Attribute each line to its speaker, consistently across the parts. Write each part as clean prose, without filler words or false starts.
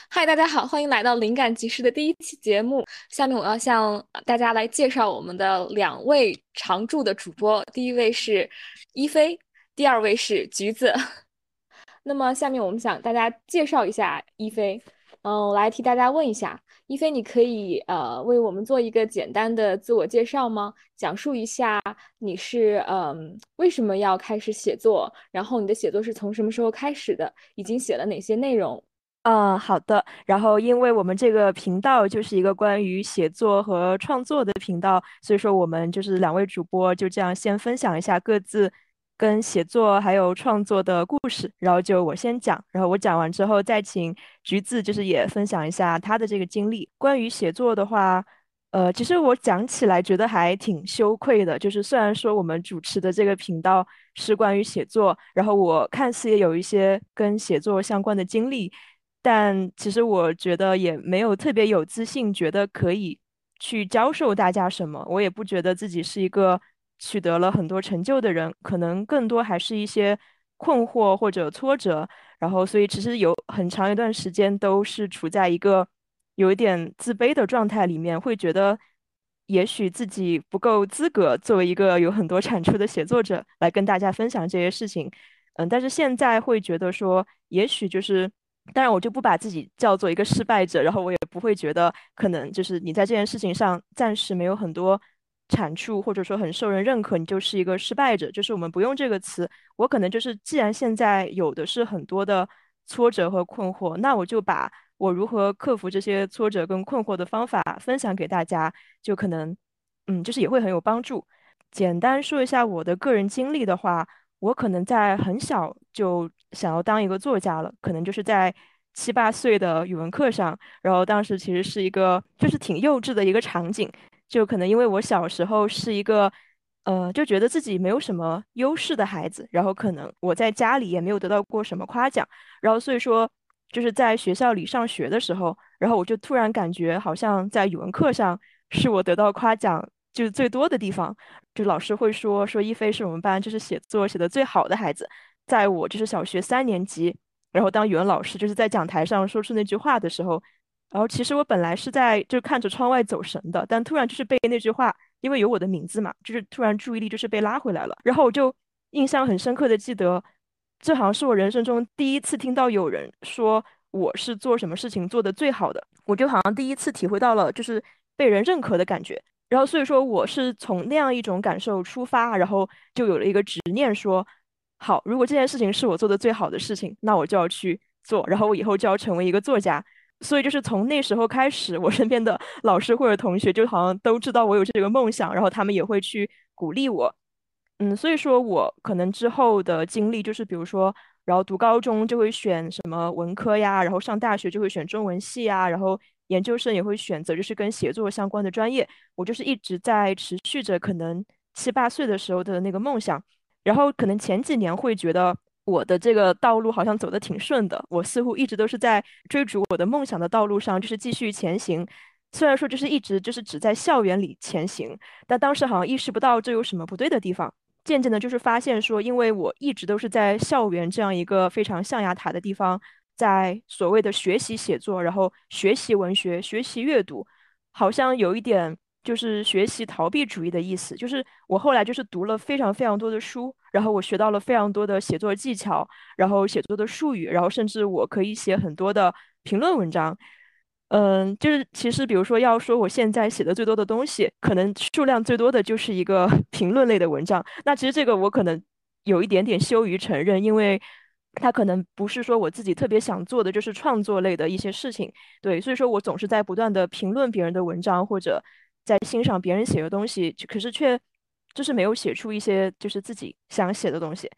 Speaker 1: 嗨，大家好，欢迎来到灵感集市的第一期节目。下面我要向大家来介绍我们的两位常驻的主播，第一位是一菲，第二位是橘子。那么下面我们想大家介绍一下一菲。我来替大家问一下，一菲，你可以为我们做一个简单的自我介绍吗？讲述一下你是为什么要开始写作，然后你的写作是从什么时候开始的，已经写了哪些内容？
Speaker 2: 好的。然后，因为我们这个频道就是一个关于写作和创作的频道，所以说我们就是两位主播就这样先分享一下各自跟写作还有创作的故事。然后就我先讲，然后我讲完之后再请橘子就是也分享一下他的这个经历。关于写作的话，其实我讲起来觉得还挺羞愧的，就是虽然说我们主持的这个频道是关于写作，然后我看似也有一些跟写作相关的经历。但其实我觉得也没有特别有自信，觉得可以去教授大家什么。我也不觉得自己是一个取得了很多成就的人，可能更多还是一些困惑或者挫折。然后，所以其实有很长一段时间都是处在一个有一点自卑的状态里面，会觉得也许自己不够资格作为一个有很多产出的写作者来跟大家分享这些事情。但是现在会觉得说，也许就是，当然我就不把自己叫做一个失败者，然后我也不会觉得可能就是你在这件事情上暂时没有很多产出，或者说很受人认可，你就是一个失败者。就是我们不用这个词，我可能就是，既然现在有的是很多的挫折和困惑，那我就把我如何克服这些挫折跟困惑的方法分享给大家，就可能，就是也会很有帮助。简单说一下我的个人经历的话，我可能在很小就想要当一个作家了，可能就是在7、8岁的语文课上，然后当时其实是一个就是挺幼稚的一个场景，就可能因为我小时候是一个就觉得自己没有什么优势的孩子，然后可能我在家里也没有得到过什么夸奖，然后所以说就是在学校里上学的时候，然后我就突然感觉好像在语文课上是我得到夸奖就是最多的地方。就老师会说一菲是我们班就是写作写的最好的孩子。在我就是小学3年级，然后当语文老师就是在讲台上说出那句话的时候，然后其实我本来是在就看着窗外走神的，但突然就是被那句话，因为有我的名字嘛，就是突然注意力就是被拉回来了，然后我就印象很深刻的记得，这好像是我人生中第一次听到有人说我是做什么事情做得最好的，我就好像第一次体会到了就是被人认可的感觉。然后所以说我是从那样一种感受出发，然后就有了一个执念说，好，如果这件事情是我做的最好的事情，那我就要去做，然后我以后就要成为一个作家。所以就是从那时候开始，我身边的老师或者同学就好像都知道我有这个梦想，然后他们也会去鼓励我。所以说我可能之后的经历就是，比如说，然后读高中就会选什么文科呀，然后上大学就会选中文系呀，然后研究生也会选择就是跟写作相关的专业。我就是一直在持续着可能7、8岁的时候的那个梦想，然后可能前几年会觉得我的这个道路好像走得挺顺的，我似乎一直都是在追逐我的梦想的道路上，就是继续前行。虽然说就是一直就是只在校园里前行，但当时好像意识不到这有什么不对的地方。渐渐的，就是发现说，因为我一直都是在校园这样一个非常象牙塔的地方，在所谓的学习写作，然后学习文学、学习阅读，好像有一点就是学习逃避主义的意思。就是我后来就是读了非常非常多的书，然后我学到了非常多的写作技巧，然后写作的术语，然后甚至我可以写很多的评论文章。就是其实比如说要说我现在写的最多的东西，可能数量最多的就是一个评论类的文章。那其实这个我可能有一点点羞于承认，因为它可能不是说我自己特别想做的，就是创作类的一些事情。对，所以说我总是在不断的评论别人的文章，或者在欣赏别人写的东西，可是却就是没有写出一些就是自己想写的东西。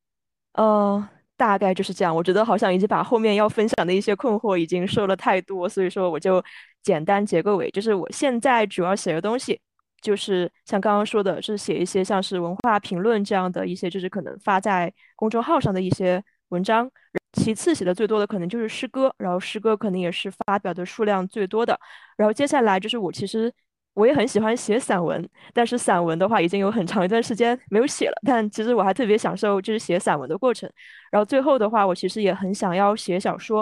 Speaker 2: 大概就是这样。我觉得好像已经把后面要分享的一些困惑已经说了太多，所以说我就简单结个尾。就是我现在主要写的东西，就是像刚刚说的，是写一些像是文化评论这样的一些，就是可能发在公众号上的一些文章。其次写的最多的可能就是诗歌，然后诗歌可能也是发表的数量最多的。然后接下来就是我也很喜欢写散文，但是散文的话已经有很长一段时间没有写了，但其实我还特别享受就是写散文的过程。然后最后的话，我其实也很想要写小说，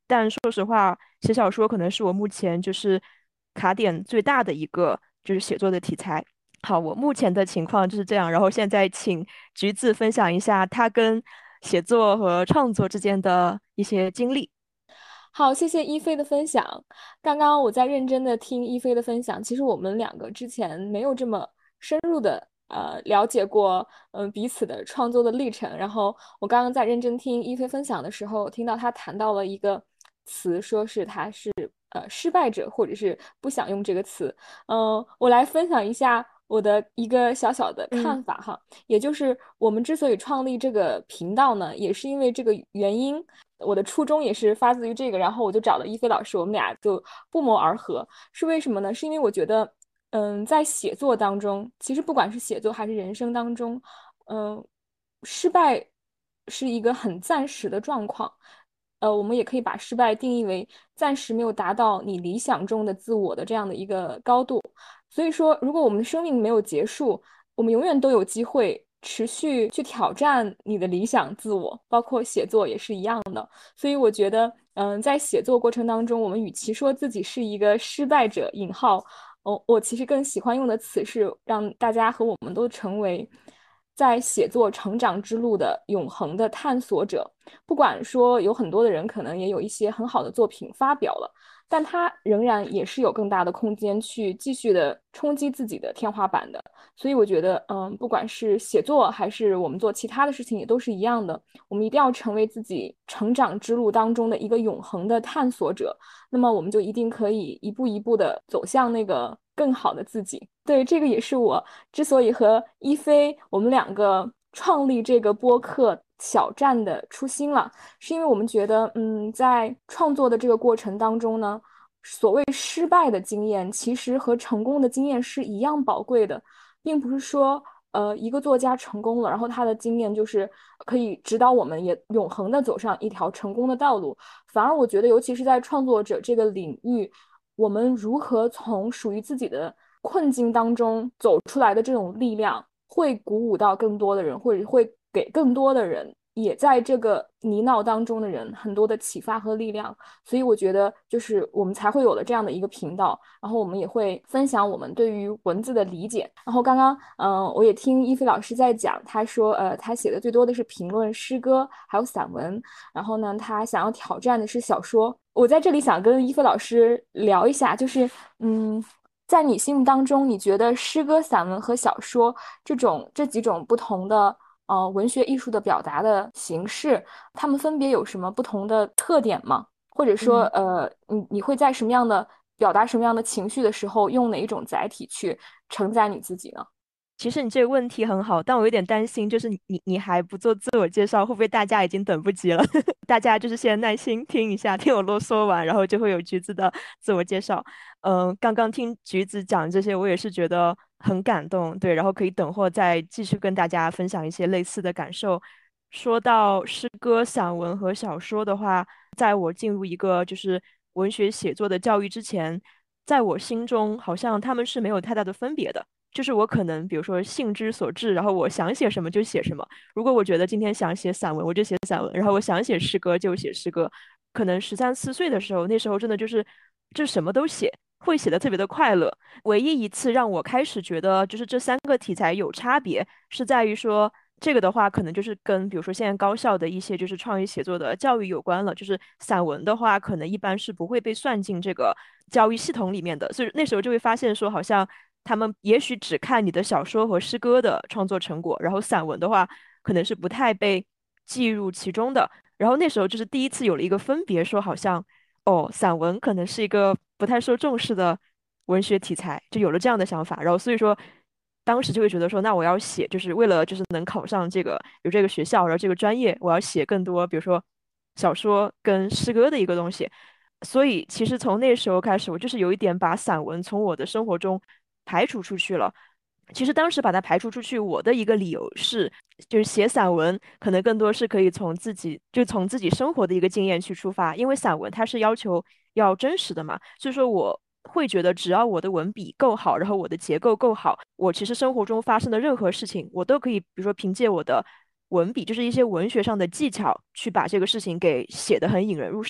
Speaker 2: 但说实话，写小说可能是我目前就是卡点最大的一个就是写作的题材。好，我目前的情况就是这样，然后现在请橘子分享一下他跟写作和创作之间的一些经历。
Speaker 1: 好，谢谢一菲的分享。刚刚我在认真的听一菲的分享，其实我们两个之前没有这么深入的了解过，彼此的创作的历程。然后我刚刚在认真听一菲分享的时候，听到他谈到了一个词，说是他是失败者，或者是不想用这个词。我来分享一下我的一个小小的
Speaker 2: 嗯
Speaker 1: 看法哈，也就是我们之所以创立这个频道呢，也是因为这个原因。我的初衷也是发自于这个，然后我就找了一菲老师，我们俩就不谋而合。是为什么呢？是因为我觉得，在写作当中，其实不管是写作还是人生当中，嗯、失败是一个很暂时的状况。我们也可以把失败定义为暂时没有达到你理想中的自我的这样的一个高度。所以说，如果我们的生命没有结束，我们永远都有机会持续去挑战你的理想自我，包括写作也是一样的。所以我觉得，在写作过程当中，我们与其说自己是一个失败者（引号），我其实更喜欢用的词是让大家和我们都成为在写作成长之路的永恒的探索者。不管说有很多的人可能也有一些很好的作品发表了，但他仍然也是有更大的空间去继续的冲击自己的天花板的。所以我觉得，不管是写作还是我们做其他的事情，也都是一样的。我们一定要成为自己成长之路当中的一个永恒的探索者，那么我们就一定可以一步一步的走向那个更好的自己。对，这个也是我之所以和一菲我们两个创立这个播客小站的初心了，是因为我们觉得，在创作的这个过程当中呢，所谓失败的经验，其实和成功的经验是一样宝贵的，并不是说，一个作家成功了，然后他的经验就是可以指导我们也永恒的走上一条成功的道路。反而我觉得，尤其是在创作者这个领域，我们如何从属于自己的困境当中走出来的这种力量，会鼓舞到更多的人，或者会给更多的人也在这个泥淖当中的人很多的启发和力量。所以我觉得，就是我们才会有了这样的一个频道，然后我们也会分享我们对于文字的理解。然后刚刚，我也听一菲老师在讲，他说，他写的最多的是评论、诗歌，还有散文。然后呢，他想要挑战的是小说。我在这里想跟一菲老师聊一下，在你心目当中，你觉得诗歌、散文和小说这几种不同的文学艺术的表达的形式，它们分别有什么不同的特点吗？或者说，
Speaker 2: 嗯。
Speaker 1: 你会在什么样的表达什么样的情绪的时候，用哪一种载体去承载你自己呢？
Speaker 2: 其实你这个问题很好，但我有点担心，就是你还不做自我介绍，会不会大家已经等不及了？大家就是先耐心听一下，听我啰嗦完，然后就会有橘子的自我介绍。刚刚听橘子讲这些，我也是觉得很感动，对，然后可以等会再继续跟大家分享一些类似的感受。说到诗歌、散文和小说的话，在我进入一个就是文学写作的教育之前，在我心中好像他们是没有太大的分别的。就是我可能比如说兴之所至，然后我想写什么就写什么。如果我觉得今天想写散文，我就写散文；然后我想写诗歌就写诗歌。可能13、14岁的时候，那时候真的就什么都写，会写的特别的快乐。唯一一次让我开始觉得就是这3个题材有差别，是在于说这个的话，可能就是跟比如说现在高校的一些就是创意写作的教育有关了。就是散文的话，可能一般是不会被算进这个教育系统里面的，所以那时候就会发现说，好像他们也许只看你的小说和诗歌的创作成果，然后散文的话，可能是不太被计入其中的。然后那时候就是第一次有了一个分别，说好像哦，散文可能是一个不太受重视的文学题材，就有了这样的想法。然后所以说，当时就会觉得说，那我要写，就是为了就是能考上这个有这个学校，然后这个专业，我要写更多，比如说小说跟诗歌的一个东西。所以其实从那时候开始，我就是有一点把散文从我的生活中排除出去了。其实当时把它排除出去，我的一个理由是，就是写散文可能更多是可以从自己生活的一个经验去出发，因为散文它是要求要真实的嘛，所以说我会觉得只要我的文笔够好，然后我的结构够好，我其实生活中发生的任何事情，我都可以，比如说凭借我的文笔，就是一些文学上的技巧，去把这个事情给写得很引人入胜。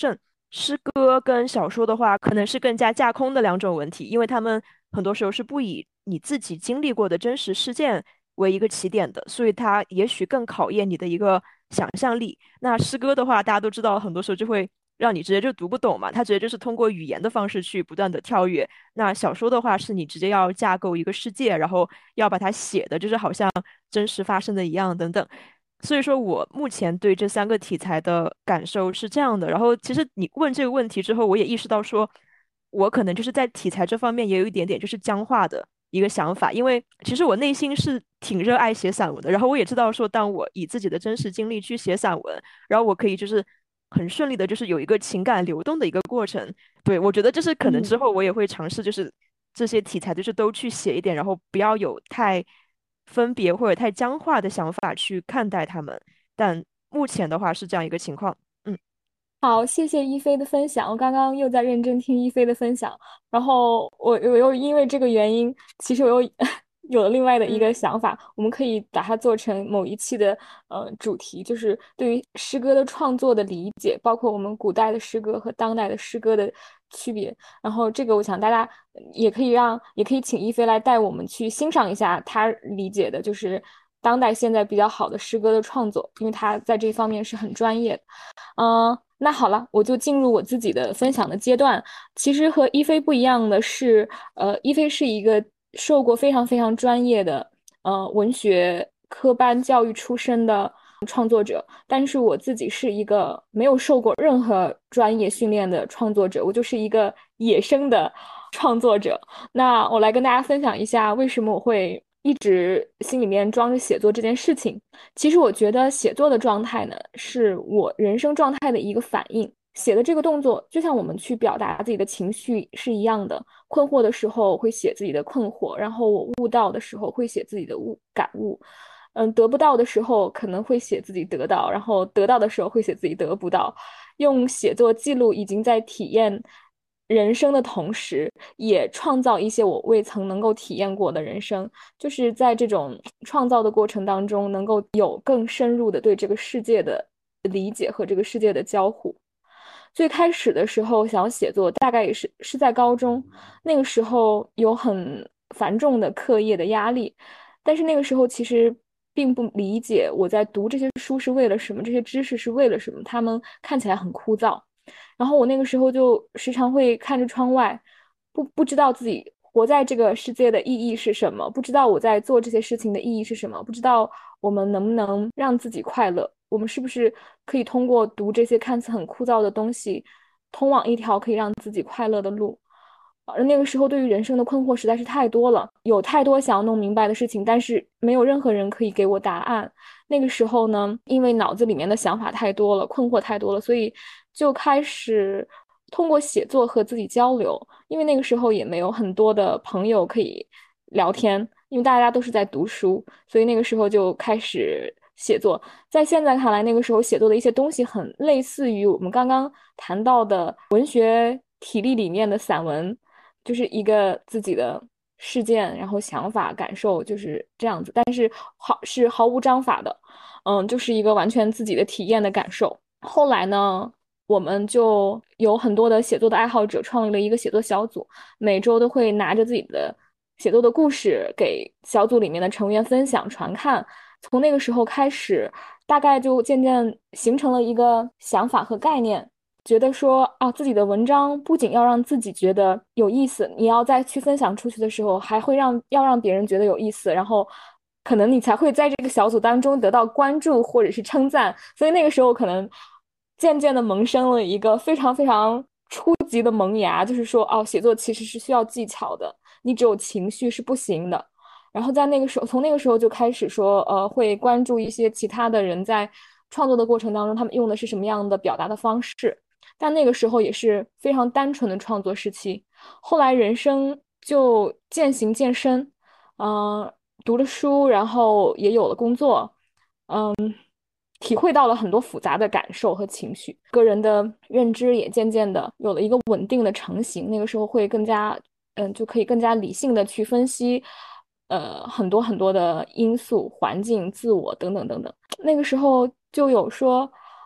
Speaker 2: 诗歌跟小说的话，可能是更加架空的两种文体，因为他们很多时候是不以你自己经历过的真实事件为一个起点的，所以它也许更考验你的一个想象力。那诗歌的话，大家都知道，很多时候就会让你直接就读不懂嘛，它直接就是通过语言的方式去不断的跳跃。那小说的话，是你直接要架构一个世界，然后要把它写的，就是好像真实发生的一样等等。所以说我目前对这三个题材的感受是这样的。然后，其实你问这个问题之后，我也意识到说，我可能就是在题材这方面也有一点点就是僵化的一个想法，因为其实我内心是挺热爱写散文的。然后我也知道说，当我以自己的真实经历去写散文，然后我可以就是很顺利的，就是有一个情感流动的一个过程。对，我觉得就是可能之
Speaker 1: 嗯。
Speaker 2: 后我也会尝试，就是这些题材就是都去写一点，然后不要有太分别或者太僵化的想法去看待他们。但目前的话是这样一个情况。嗯
Speaker 1: 好，谢谢一菲的分享。我刚刚又在认真听一菲的分享，然后我又因为这个原因，其实我又有了另外的一个
Speaker 2: 嗯
Speaker 1: 想法，我们可以把它做成某一期的主题，就是对于诗歌的创作的理解，包括我们古代的诗歌和当代的诗歌的区别。然后这个我想大家也可以请一菲来带我们去欣赏一下他理解的，就是当代现在比较好的诗歌的创作，因为他在这方面是很专业的。那好了，我就进入我自己的分享的阶段。其实和一菲不一样的是，一菲是一个受过非常非常专业的文学科班教育出身的创作者，但是我自己是一个没有受过任何专业训练的创作者，我就是一个野生的创作者。那我来跟大家分享一下，为什么我会一直心里面装着写作这件事情。其实我觉得写作的状态呢，是我人生状态的一个反应。写的这个动作，就像我们去表达自己的情绪是一样的。困惑的时候会写自己的困惑，然后我悟到的时候会写自己的感悟。得不到的时候可能会写自己得到，然后得到的时候会写自己得不到。用写作记录已经在体验人生的同时，也创造一些我未曾能够体验过的人生。就是在这种创造的过程当中，能够有更深入的对这个世界的理解和这个世界的交互。最开始的时候想要写作，大概也是在高中，那个时候有很繁重的课业的压力，但是那个时候其实并不理解我在读这些书是为了什么，这些知识是为了什么，他们看起来很枯燥。然后我那个时候就时常会看着窗外，不知道自己活在这个世界的意义是什么，不知道我在做这些事情的意义是什么，不知道我们能不能让自己快乐，我们是不是可以通过读这些看似很枯燥的东西，通往一条可以让自己快乐的路。而那个时候对于人生的困惑实在是太多了，有太多想要弄明白的事情，但是没有任何人可以给我答案。那个时候呢，因为脑子里面的想法太多了，困惑太多了，所以就开始通过写作和自己交流。因为那个时候也没有很多的朋友可以聊天，因为大家都是在读书，所以那个时候就开始写作。在现在看来，那个时候写作的一些东西很类似于我们刚刚谈到的文学体例里面的散文，就是一个自己的事件，然后想法、感受就是这样子，但是是毫无章法的，就是一个完全自己的体验的感受。后来呢，我们就有很多的写作的爱好者创立了一个写作小组，每周都会拿着自己的写作的故事给小组里面的成员分享传看。从那个时候开始，大概就渐渐形成了一个想法和概念，觉得说啊，自己的文章不仅要让自己觉得有意思，你要再去分享出去的时候，还会要让别人觉得有意思，然后可能你才会在这个小组当中得到关注或者是称赞。所以那个时候可能渐渐的萌生了一个非常非常初级的萌芽，就是说哦，写作其实是需要技巧的，你只有情绪是不行的。然后在那个时候，从那个时候就开始说，会关注一些其他的人在创作的过程当中，他们用的是什么样的表达的方式。但那个时候也是非常单纯的创作时期。后来人生就渐行渐深，读了书，然后也有了工作，嗯，体会到了很多复杂的感受和情绪，个人的认知也渐渐的有了一个稳定的成型。那个时候会更加，就可以更加理性的去分析，很多很多的因素、环境、自我等等等等。那个时候就有说，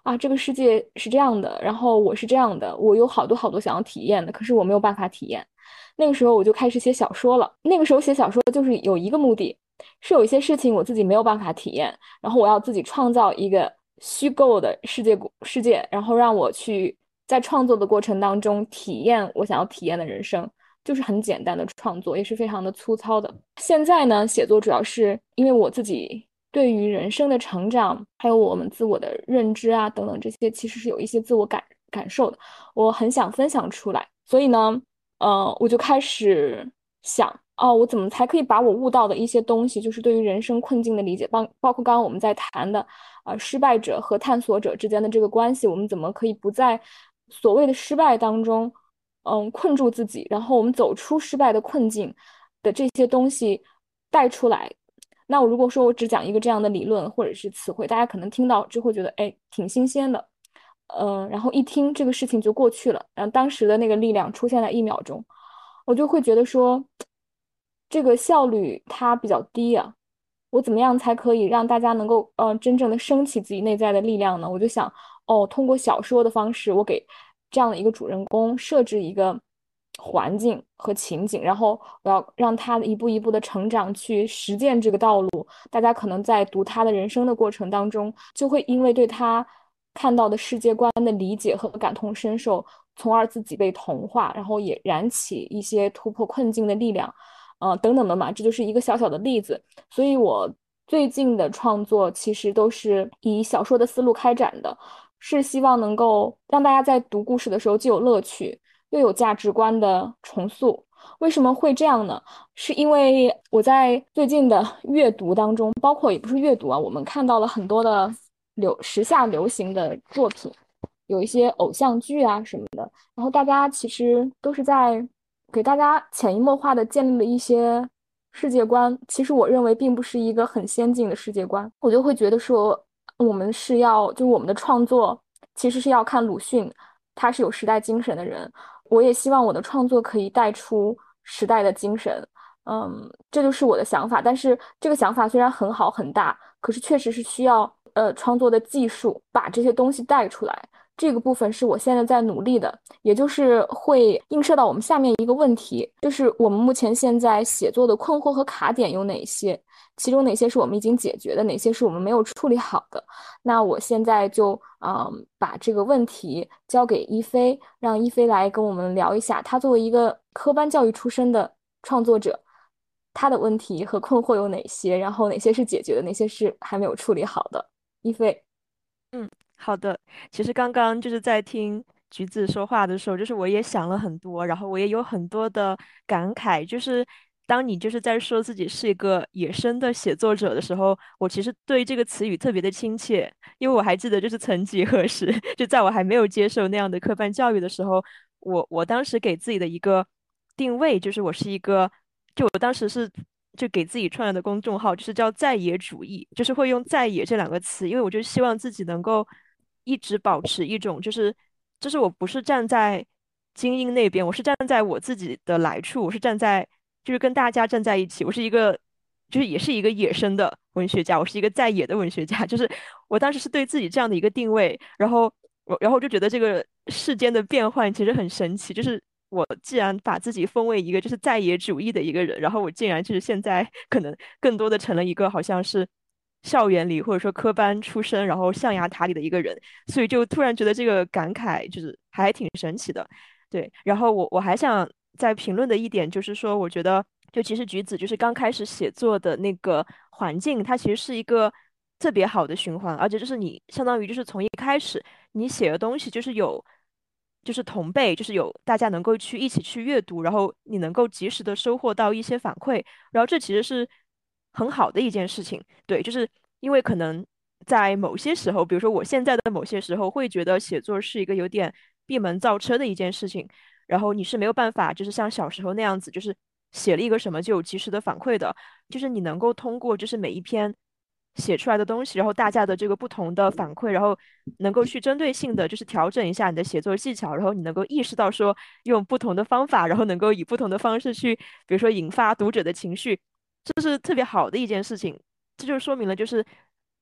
Speaker 1: 啊，这个世界是这样的，然后我是这样的，我有好多好多想要体验的，可是我没有办法体验。那个时候我就开始写小说了。那个时候写小说就是有一个目的，是有一些事情我自己没有办法体验，然后我要自己创造一个虚构的世界，然后让我去在创作的过程当中体验我想要体验的人生。就是很简单的创作，也是非常的粗糙的。现在呢，写作主要是因为我自己对于人生的成长，还有我们自我的认知啊等等这些，其实是有一些自我感受的，我很想分享出来。所以呢，我就开始想，哦，我怎么才可以把我悟到的一些东西，就是对于人生困境的理解，包括刚刚我们在谈的，失败者和探索者之间的这个关系，我们怎么可以不在所谓的失败当中，困住自己，然后我们走出失败的困境的这些东西带出来。那我如果说我只讲一个这样的理论或者是词汇，大家可能听到之后觉得，哎，挺新鲜的。然后一听这个事情就过去了，然后当时的那个力量出现在1秒钟，我就会觉得说，这个效率它比较低啊，我怎么样才可以让大家能够真正的升起自己内在的力量呢？我就想，哦，通过小说的方式，我给这样的一个主人公设置一个环境和情景，然后我要让他一步一步的成长，去实践这个道路。大家可能在读他的人生的过程当中，就会因为对他看到的世界观的理解和感同身受，从而自己被同化，然后也燃起一些突破困境的力量，等等的嘛，这就是一个小小的例子。所以我最近的创作其实都是以小说的思路开展的，是希望能够让大家在读故事的时候既有乐趣，又有价值观的重塑。为什么会这样呢？是因为我在最近的阅读当中，包括也不是阅读啊，我们看到了很多的时下流行的作品，有一些偶像剧啊什么的，然后大家其实都是在给大家潜移默化的建立了一些世界观。其实我认为并不是一个很先进的世界观，我就会觉得说，我们是要，就是我们的创作其实是要看鲁迅，他是有时代精神的人。我也希望我的创作可以带出时代的精神，这就是我的想法。但是这个想法虽然很好很大，可是确实是需要创作的技术把这些东西带出来。这个部分是我现在在努力的，也就是会映射到我们下面一个问题，就是我们目前现在写作的困惑和卡点有哪些？其中哪些是我们已经解决的，哪些是我们没有处理好的？那我现在就把这个问题交给一菲，让一菲来跟我们聊一下，他作为一个科班教育出身的创作者，他的问题和困惑有哪些？然后哪些是解决的，哪些是还没有处理好的？一菲。
Speaker 2: 嗯，好的。其实刚刚就是在听橘子说话的时候，就是我也想了很多，然后我也有很多的感慨。就是当你就是在说自己是一个野生的写作者的时候，我其实对这个词语特别的亲切，因为我还记得就是曾几何时，就在我还没有接受那样的科班教育的时候，我当时给自己的一个定位就是我是一个，就我当时是就给自己创立的公众号，就是叫在野主义，就是会用在野这两个词，因为我就希望自己能够一直保持一种就是我不是站在精英那边，我是站在我自己的来处，我是站在就是跟大家站在一起，我是一个就是也是一个野生的文学家，我是一个在野的文学家，就是我当时是对自己这样的一个定位，然后我就觉得这个世间的变换其实很神奇，就是我既然把自己封为一个就是在野主义的一个人，然后我竟然就是现在可能更多的成了一个好像是校园里或者说科班出身，然后象牙塔里的一个人，所以就突然觉得这个感慨就是还挺神奇的。对，然后我还想再评论的一点就是说，我觉得就其实橘子就是刚开始写作的那个环境，它其实是一个特别好的循环，而且就是你相当于就是从一开始你写的东西就是有。就是同辈，就是有大家能够去一起去阅读，然后你能够及时的收获到一些反馈，然后这其实是很好的一件事情。对，就是因为可能在某些时候，比如说我现在的某些时候，会觉得写作是一个有点闭门造车的一件事情，然后你是没有办法，就是像小时候那样子，就是写了一个什么就有及时的反馈的，就是你能够通过就是每一篇写出来的东西，然后大家的这个不同的反馈，然后能够去针对性的就是调整一下你的写作技巧，然后你能够意识到说用不同的方法，然后能够以不同的方式去，比如说引发读者的情绪，这是特别好的一件事情。这就说明了就是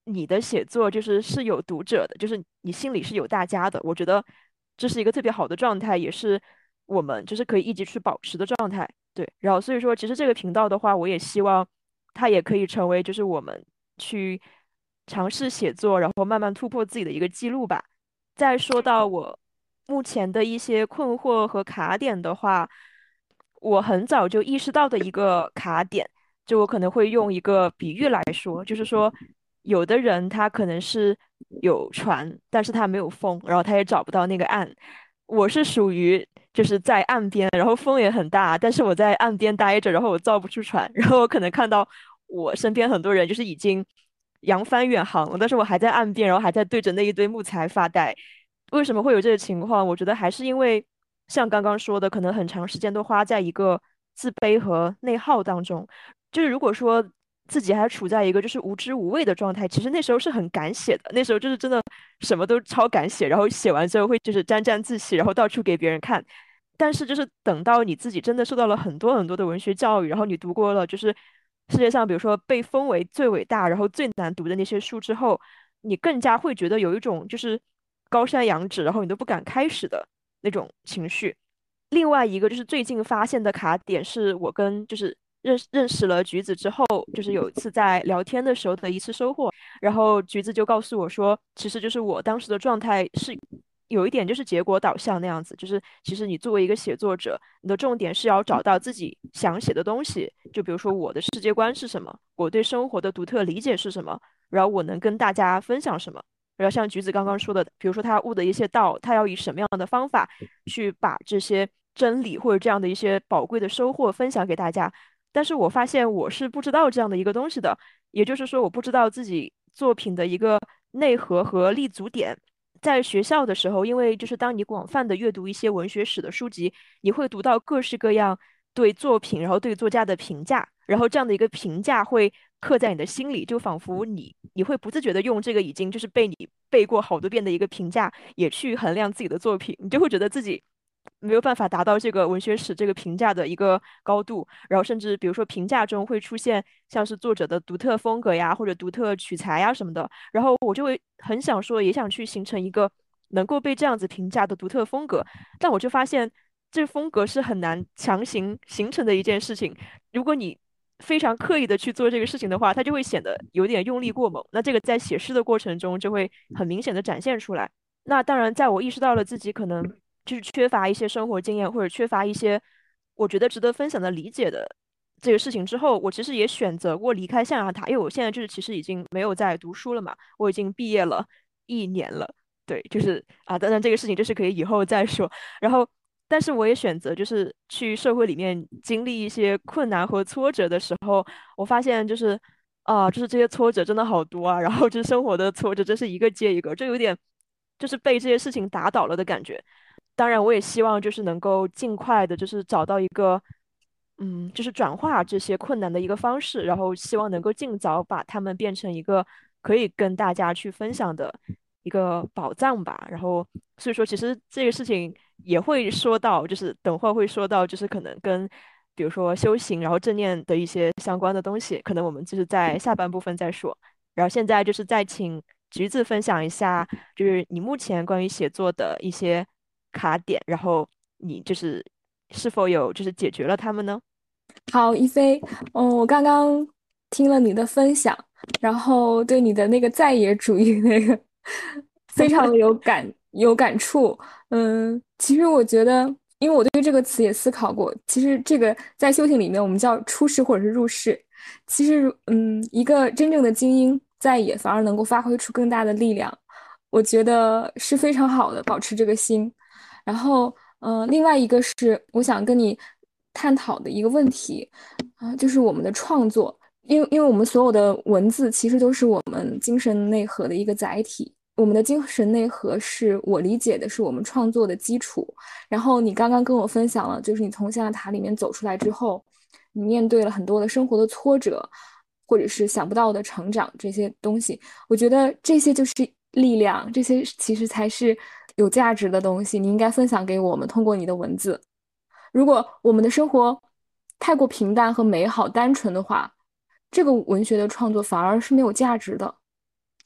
Speaker 2: 你的写作是有读者的，就是你心里是有大家的。我觉得这是一个特别好的状态，也是我们就是可以一直去保持的状态。对，然后所以说，其实这个频道的话，我也希望它也可以成为就是我们去尝试写作，然后慢慢突破自己的一个记录吧。再说到我目前的一些困惑和卡点的话，我很早就意识到的一个卡点。就我可能会用一个比喻来说，就是说，有的人他可能是有船，但是他没有风，然后他也找不到那个岸。我是属于就是在岸边，然后风也很大，但是我在岸边待着，然后我造不出船，然后我可能看到我身边很多人就是已经扬帆远航了，但是我还在岸边，然后还在对着那一堆木材发呆。为什么会有这个情况？我觉得还是因为像刚刚说的，可能很长时间都花在一个自卑和内耗当中。就是如果说自己还处在一个就是无知无畏的状态，其实那时候是很敢写的，那时候就是真的什么都超敢写，然后写完之后会就是沾沾自喜，然后到处给别人看。但是就是等到你自己真的受到了很多很多的文学教育，然后你读过了就是世界上比如说被封为最伟大，然后最难读的那些书之后，你更加会觉得有一种就是高山仰止，然后你都不敢开始的那种情绪。另外一个就是最近发现的卡点，是我跟就是认识了橘子之后，就是有一次在聊天的时候的一次收获。然后橘子就告诉我说，其实就是我当时的状态是有一点就是结果导向那样子，就是其实你作为一个写作者，你的重点是要找到自己想写的东西，就比如说我的世界观是什么，我对生活的独特理解是什么，然后我能跟大家分享什么。然后像橘子刚刚说的，比如说他悟的一些道，他要以什么样的方法去把这些真理或者这样的一些宝贵的收获分享给大家。但是我发现我是不知道这样的一个东西的，也就是说，我不知道自己作品的一个内核和立足点。在学校的时候，因为就是当你广泛的阅读一些文学史的书籍，你会读到各式各样对作品，然后对作家的评价，然后这样的一个评价会刻在你的心里，就仿佛你会不自觉的用这个已经就是被你背过好多遍的一个评价，也去衡量自己的作品，你就会觉得自己没有办法达到这个文学史这个评价的一个高度，然后甚至比如说评价中会出现像是作者的独特风格呀，或者独特取材呀什么的，然后我就会很想说，也想去形成一个能够被这样子评价的独特风格，但我就发现这风格是很难强行形成的一件事情。如果你非常刻意的去做这个事情的话，它就会显得有点用力过猛。那这个在写诗的过程中就会很明显的展现出来。那当然，在我意识到了自己可能就是缺乏一些生活经验，或者缺乏一些我觉得值得分享的理解的这个事情之后，我其实也选择过离开象牙塔，因为我现在就是其实已经没有在读书了嘛，我已经毕业了1年了。对，就是啊，当然这个事情就是可以以后再说。然后，但是我也选择就是去社会里面经历一些困难和挫折的时候，我发现就是就是这些挫折真的好多啊，然后就是生活的挫折真是一个接一个，就有点就是被这些事情打倒了的感觉。当然，我也希望就是能够尽快的，就是找到一个就是转化这些困难的一个方式，然后希望能够尽早把它们变成一个可以跟大家去分享的一个宝藏吧。然后，所以说，其实这个事情也会说到，就是等会儿会说到，就是可能跟比如说修行，然后正念的一些相关的东西，可能我们就是在下半部分再说。然后现在就是再请橘子分享一下，就是你目前关于写作的一些卡点，然后你就是是否有就是解决了它们呢？
Speaker 1: 好，一飞，我刚刚听了你的分享，然后对你的那个在野主义那个非常的有感触。其实我觉得，因为我对这个词也思考过，其实这个在修行里面我们叫出世或者是入世。其实，一个真正的精英在野反而能够发挥出更大的力量，我觉得是非常好的，保持这个心。然后，另外一个是我想跟你探讨的一个问题，就是我们的创作，因为我们所有的文字其实都是我们精神内核的一个载体，我们的精神内核是我理解的是我们创作的基础。然后你刚刚跟我分享了，就是你从象牙塔里面走出来之后，你面对了很多的生活的挫折，或者是想不到的成长这些东西，我觉得这些就是力量，这些其实才是有价值的东西，你应该分享给我们，通过你的文字。如果我们的生活太过平淡和美好、单纯的话，这个文学的创作反而是没有价值的。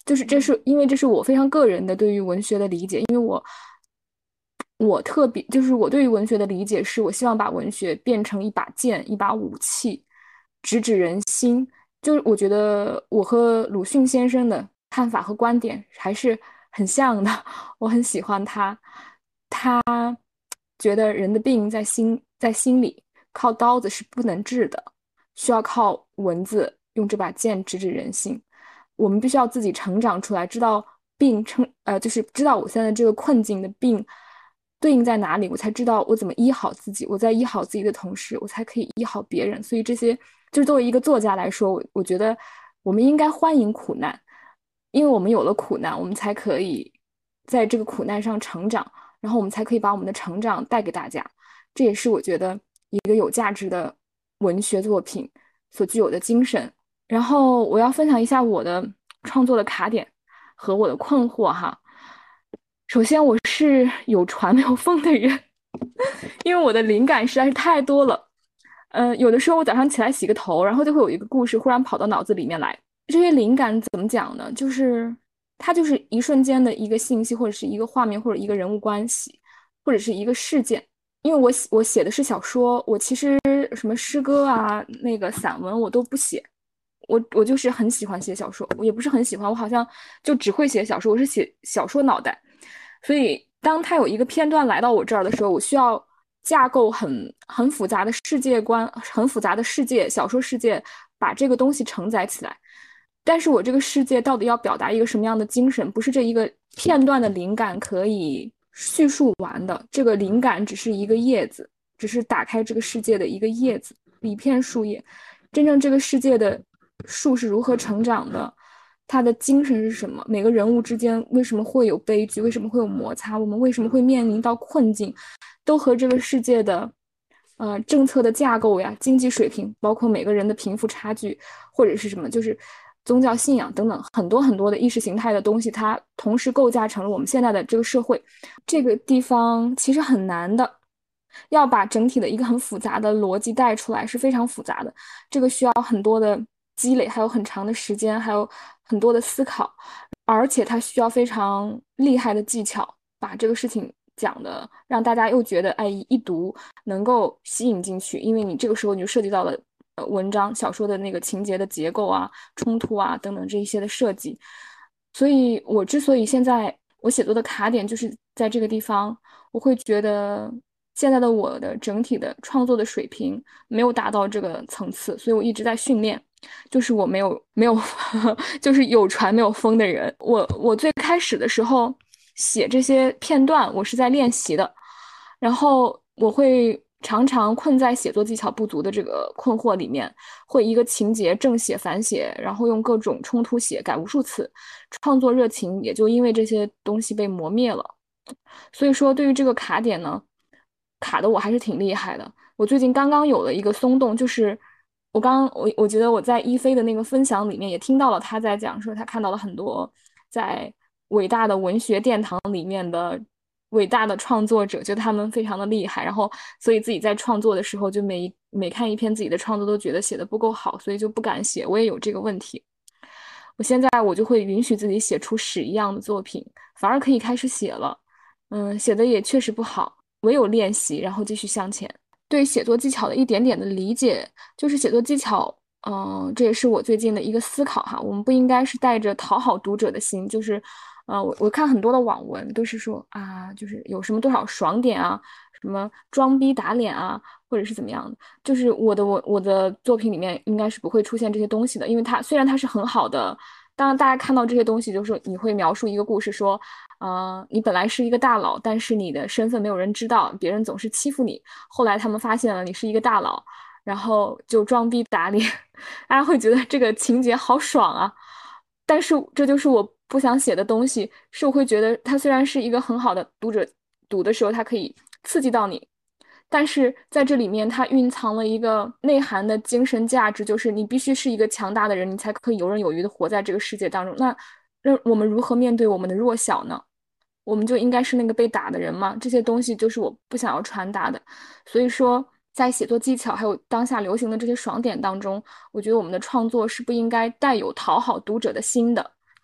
Speaker 1: 就是这是因为这是我非常个人的对于文学的理解，因为我特别就是我对于文学的理解是我希望把文学变成一把剑，一把武器，直指人心。就是我觉得我和鲁迅先生的看法和观点还是很像的，我很喜欢他。他觉得人的病在心里，靠刀子是不能治的，需要靠文字用这把剑直指人心。我们必须要自己成长出来，知道就是知道我现在这个困境的病对应在哪里，我才知道我怎么医好自己。我在医好自己的同时，我才可以医好别人。所以这些就是作为一个作家来说，我觉得我们应该欢迎苦难，因为我们有了苦难，我们才可以在这个苦难上成长，然后我们才可以把我们的成长带给大家。这也是我觉得一个有价值的文学作品所具有的精神。然后我要分享一下我的创作的卡点和我的困惑哈。首先，我是有船没有风的人，因为我的灵感实在是太多了。有的时候我早上起来洗个头，然后就会有一个故事忽然跑到脑子里面来。这些灵感怎么讲呢？就是它就是一瞬间的一个信息，或者是一个画面，或者一个人物关系，或者是一个事件。因为我写的是小说，我其实什么诗歌啊、那个散文我都不写，我就是很喜欢写小说，我也不是很喜欢，我好像就只会写小说，我是写小说脑袋。所以当它有一个片段来到我这儿的时候，我需要架构很复杂的世界观，很复杂的世界，小说世界，把这个东西承载起来。但是我这个世界到底要表达一个什么样的精神，不是这一个片段的灵感可以叙述完的。这个灵感只是一个叶子，只是打开这个世界的一个叶子，一片树叶。真正这个世界的树是如何成长的，它的精神是什么？每个人物之间为什么会有悲剧？为什么会有摩擦？我们为什么会面临到困境？都和这个世界的政策的架构呀、经济水平，包括每个人的贫富差距，或者是什么，就是宗教信仰等等很多很多的意识形态的东西，它同时构架成了我们现在的这个社会。这个地方其实很难的，要把整体的一个很复杂的逻辑带出来是非常复杂的，这个需要很多的积累，还有很长的时间，还有很多的思考，而且它需要非常厉害的技巧，把这个事情讲的让大家又觉得哎一读能够吸引进去，因为你这个时候你就涉及到了文章小说的那个情节的结构啊、冲突啊等等这一些的设计。所以我之所以现在我写作的卡点就是在这个地方，我会觉得现在的我的整体的创作的水平没有达到这个层次，所以我一直在训练。就是我没有就是有船没有风的人。我最开始的时候写这些片段，我是在练习的，然后我会常常困在写作技巧不足的这个困惑里面，会一个情节正写反写，然后用各种冲突写，改无数次，创作热情也就因为这些东西被磨灭了。所以说，对于这个卡点呢，卡的我还是挺厉害的。我最近刚刚有了一个松动，就是我觉得我在一飞的那个分享里面也听到了他在讲说他看到了很多在伟大的文学殿堂里面的伟大的创作者，觉得他们非常的厉害，然后所以自己在创作的时候就每看一篇自己的创作都觉得写的不够好，所以就不敢写。我也有这个问题。现在我就会允许自己写出屎一样的作品，反而可以开始写了。写的也确实不好，唯有练习，然后继续向前。对写作技巧的一点点的理解，就是写作技巧，这也是我最近的一个思考哈。我们不应该是带着讨好读者的心，就是，我看很多的网文都是说啊，就是有什么多少爽点啊，什么装逼打脸啊，或者是怎么样的。就是我的作品里面应该是不会出现这些东西的，因为它虽然它是很好的。当然，大家看到这些东西，就是你会描述一个故事，说，你本来是一个大佬，但是你的身份没有人知道，别人总是欺负你。后来他们发现了你是一个大佬，然后就装逼打脸，大家会觉得这个情节好爽啊。但是这就是我不想写的东西，是我会觉得它虽然是一个很好的读者读的时候，它可以刺激到你，但是在这里面，它蕴藏了一个内涵的精神价值，就是你必须是一个强大的人，你才可以游刃有余的活在这个世界当中。那我们如何面对我们的弱小呢？我们就应该是那个被打的人吗？这些东西就是我不想要传达的。所以说，在写作技巧还有当下流行的这些爽点当中，我觉得我们的创作是不应该带有讨好读者的心的。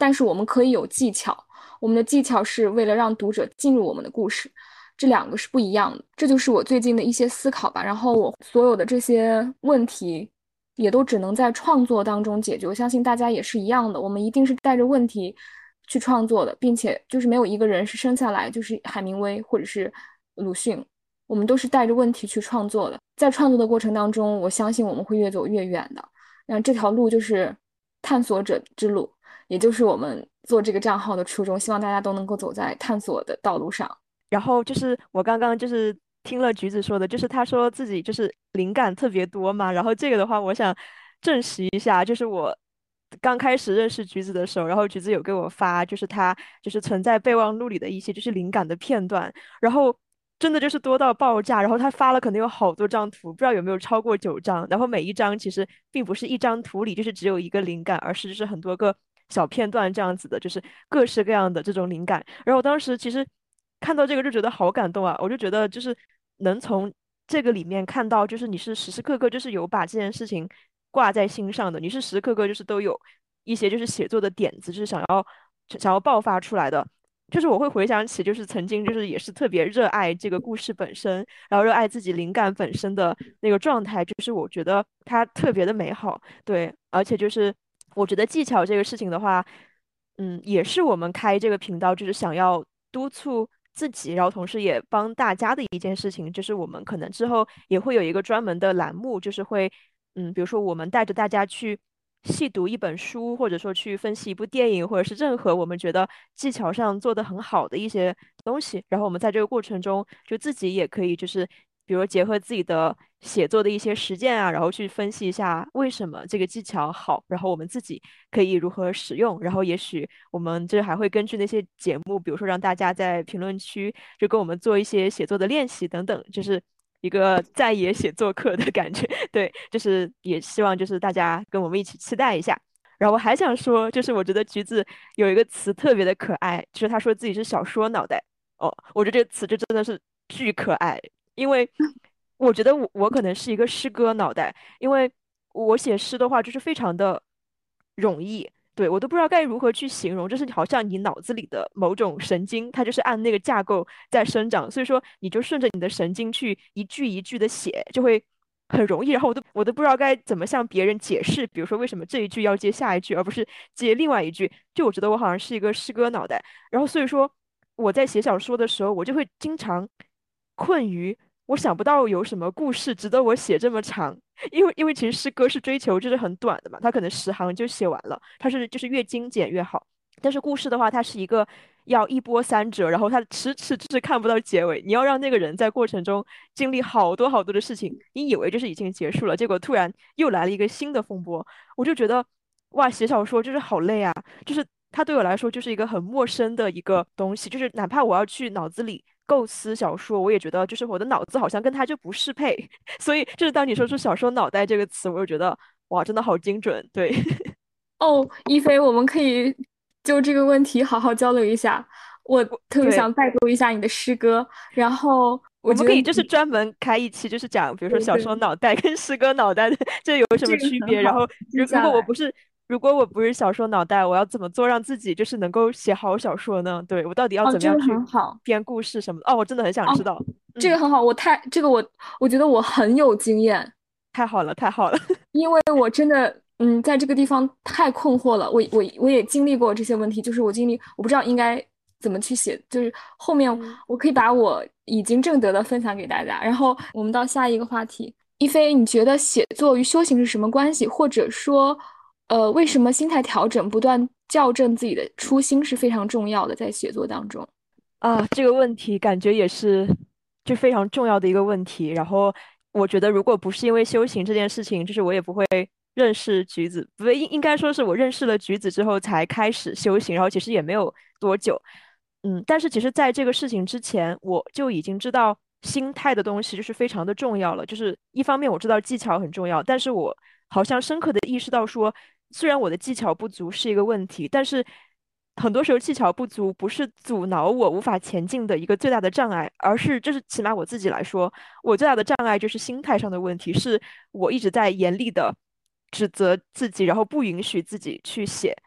Speaker 1: 但是我们可以有技巧，我们的技巧是为了让读者进入我们的故事，这两个是不一样的。这就是我最近的一些思考吧。然后我所有的这些问题，也都只能在创作当中解决。我相信大家也是一样的，我们一定是带着问题去创作的，并且就是没有一个人是生下来就是海明威或者是鲁迅，我们都是带着问题去创作的。在创作的过程当中，我相信我们会越走越远的。那这条路就是探索者之路，也就是我们做这个账号的初衷，希望大家都能够走在探索的道路上。
Speaker 2: 然后就是我刚刚就是听了橘子说的，就是他说自己就是灵感特别多嘛，然后这个的话，我想证实一下，就是我刚开始认识橘子的时候，然后橘子有给我发，就是他就是存在备忘录里的一些就是灵感的片段，然后真的就是多到爆炸，然后他发了可能有好多张图，不知道有没有超过9张，然后每一张其实并不是一张图里就是只有一个灵感，而是就是很多个小片段这样子的，就是各式各样的这种灵感。然后我当时其实看到这个就觉得好感动啊，我就觉得就是能从这个里面看到，就是你是时时刻刻就是有把这件事情挂在心上的，你是时时刻刻就是都有一些就是写作的点子，就是想要爆发出来的。就是我会回想起，就是曾经就是也是特别热爱这个故事本身，然后热爱自己灵感本身的那个状态，就是我觉得它特别的美好，对，而且就是我觉得技巧这个事情的话，也是我们开这个频道就是想要督促自己，然后同时也帮大家的一件事情，就是我们可能之后也会有一个专门的栏目，就是会，比如说我们带着大家去细读一本书，或者说去分析一部电影，或者是任何我们觉得技巧上做得很好的一些东西，然后我们在这个过程中就自己也可以就是，比如结合自己的写作的一些实践啊，然后去分析一下为什么这个技巧好，然后我们自己可以如何使用，然后也许我们这还会根据那些节目，比如说让大家在评论区就跟我们做一些写作的练习等等，就是一个在野写作课的感觉。对，就是也希望就是大家跟我们一起期待一下。然后我还想说，就是我觉得橘子有一个词特别的可爱，就是他说自己是小说脑袋。哦，我觉得这个词就真的是巨可爱，因为我觉得我可能是一个诗歌脑袋，因为我写诗的话就是非常的容易，对，我都不知道该如何去形容，就是好像你脑子里的某种神经，它就是按那个架构在生长，所以说你就顺着你的神经去一句一句的写，就会很容易。然后我都不知道该怎么向别人解释，比如说为什么这一句要接下一句，而不是接另外一句。就我觉得我好像是一个诗歌脑袋，然后所以说我在写小说的时候，我就会经常困于我想不到有什么故事值得我写这么长。因为其实诗歌是追求就是很短的嘛，它可能10行就写完了，它是就是越精简越好。但是故事的话，它是一个要一波三折，然后它迟迟就是看不到结尾，你要让那个人在过程中经历好多好多的事情，你以为就是已经结束了，结果突然又来了一个新的风波，我就觉得哇，写小说就是好累啊，就是它对我来说就是一个很陌生的一个东西，就是哪怕我要去脑子里构思小说，我也觉得就是我的脑子好像跟它就不适配。所以就是当你说出"小说脑袋"这个词，我就觉得哇，真的好精准。对，
Speaker 1: 哦，一菲，我们可以就这个问题好好交流一下。我特别
Speaker 2: 对，
Speaker 1: 想拜读一下你的诗歌，然后我觉得你
Speaker 2: 我们可以就是专门开一期，就是讲比如说小
Speaker 1: 对对，
Speaker 2: 说脑袋跟诗歌脑袋的这有什么
Speaker 1: 这个
Speaker 2: 区别。然
Speaker 1: 很好，
Speaker 2: 后如如
Speaker 1: 记下来。
Speaker 2: 果我不是如果我不是小说脑袋，我要怎么做让自己就是能够写好小说呢？对，我到底要
Speaker 1: 哦，这个
Speaker 2: 怎么样去
Speaker 1: 很好。
Speaker 2: 编故事什么的？哦，我真的很想
Speaker 1: 哦，
Speaker 2: 知道。嗯，
Speaker 1: 这个很好，我觉得我很有经验，
Speaker 2: 太好了，太好了。
Speaker 1: 因为我真的在这个地方太困惑了。我也经历过这些问题，就是我不知道应该怎么去写，就是后面
Speaker 2: 嗯。
Speaker 1: 我可以把我已经正得的分享给大家。然后我们到下一个话题，一菲，你觉得写作与修行是什么关系？或者说，为什么心态调整、不断校正自己的初心是非常重要的，在写作当中？
Speaker 2: 啊，这个问题感觉也是就非常重要的一个问题。然后我觉得，如果不是因为修行这件事情，就是我也不会认识橘子，不对，应该说是我认识了橘子之后才开始修行，然后其实也没有多久。但是其实在这个事情之前，我就已经知道心态的东西就是非常的重要了。就是一方面我知道技巧很重要，但是我好像深刻的意识到说，虽然我的技巧不足是一个问题，但是很多时候技巧不足不是阻挠我无法前进的一个最大的障碍，而是就是起码我自己来说，我最大的障碍就是心态上的问题，是我一直在严厉的指责自己，然后不允许自己去写。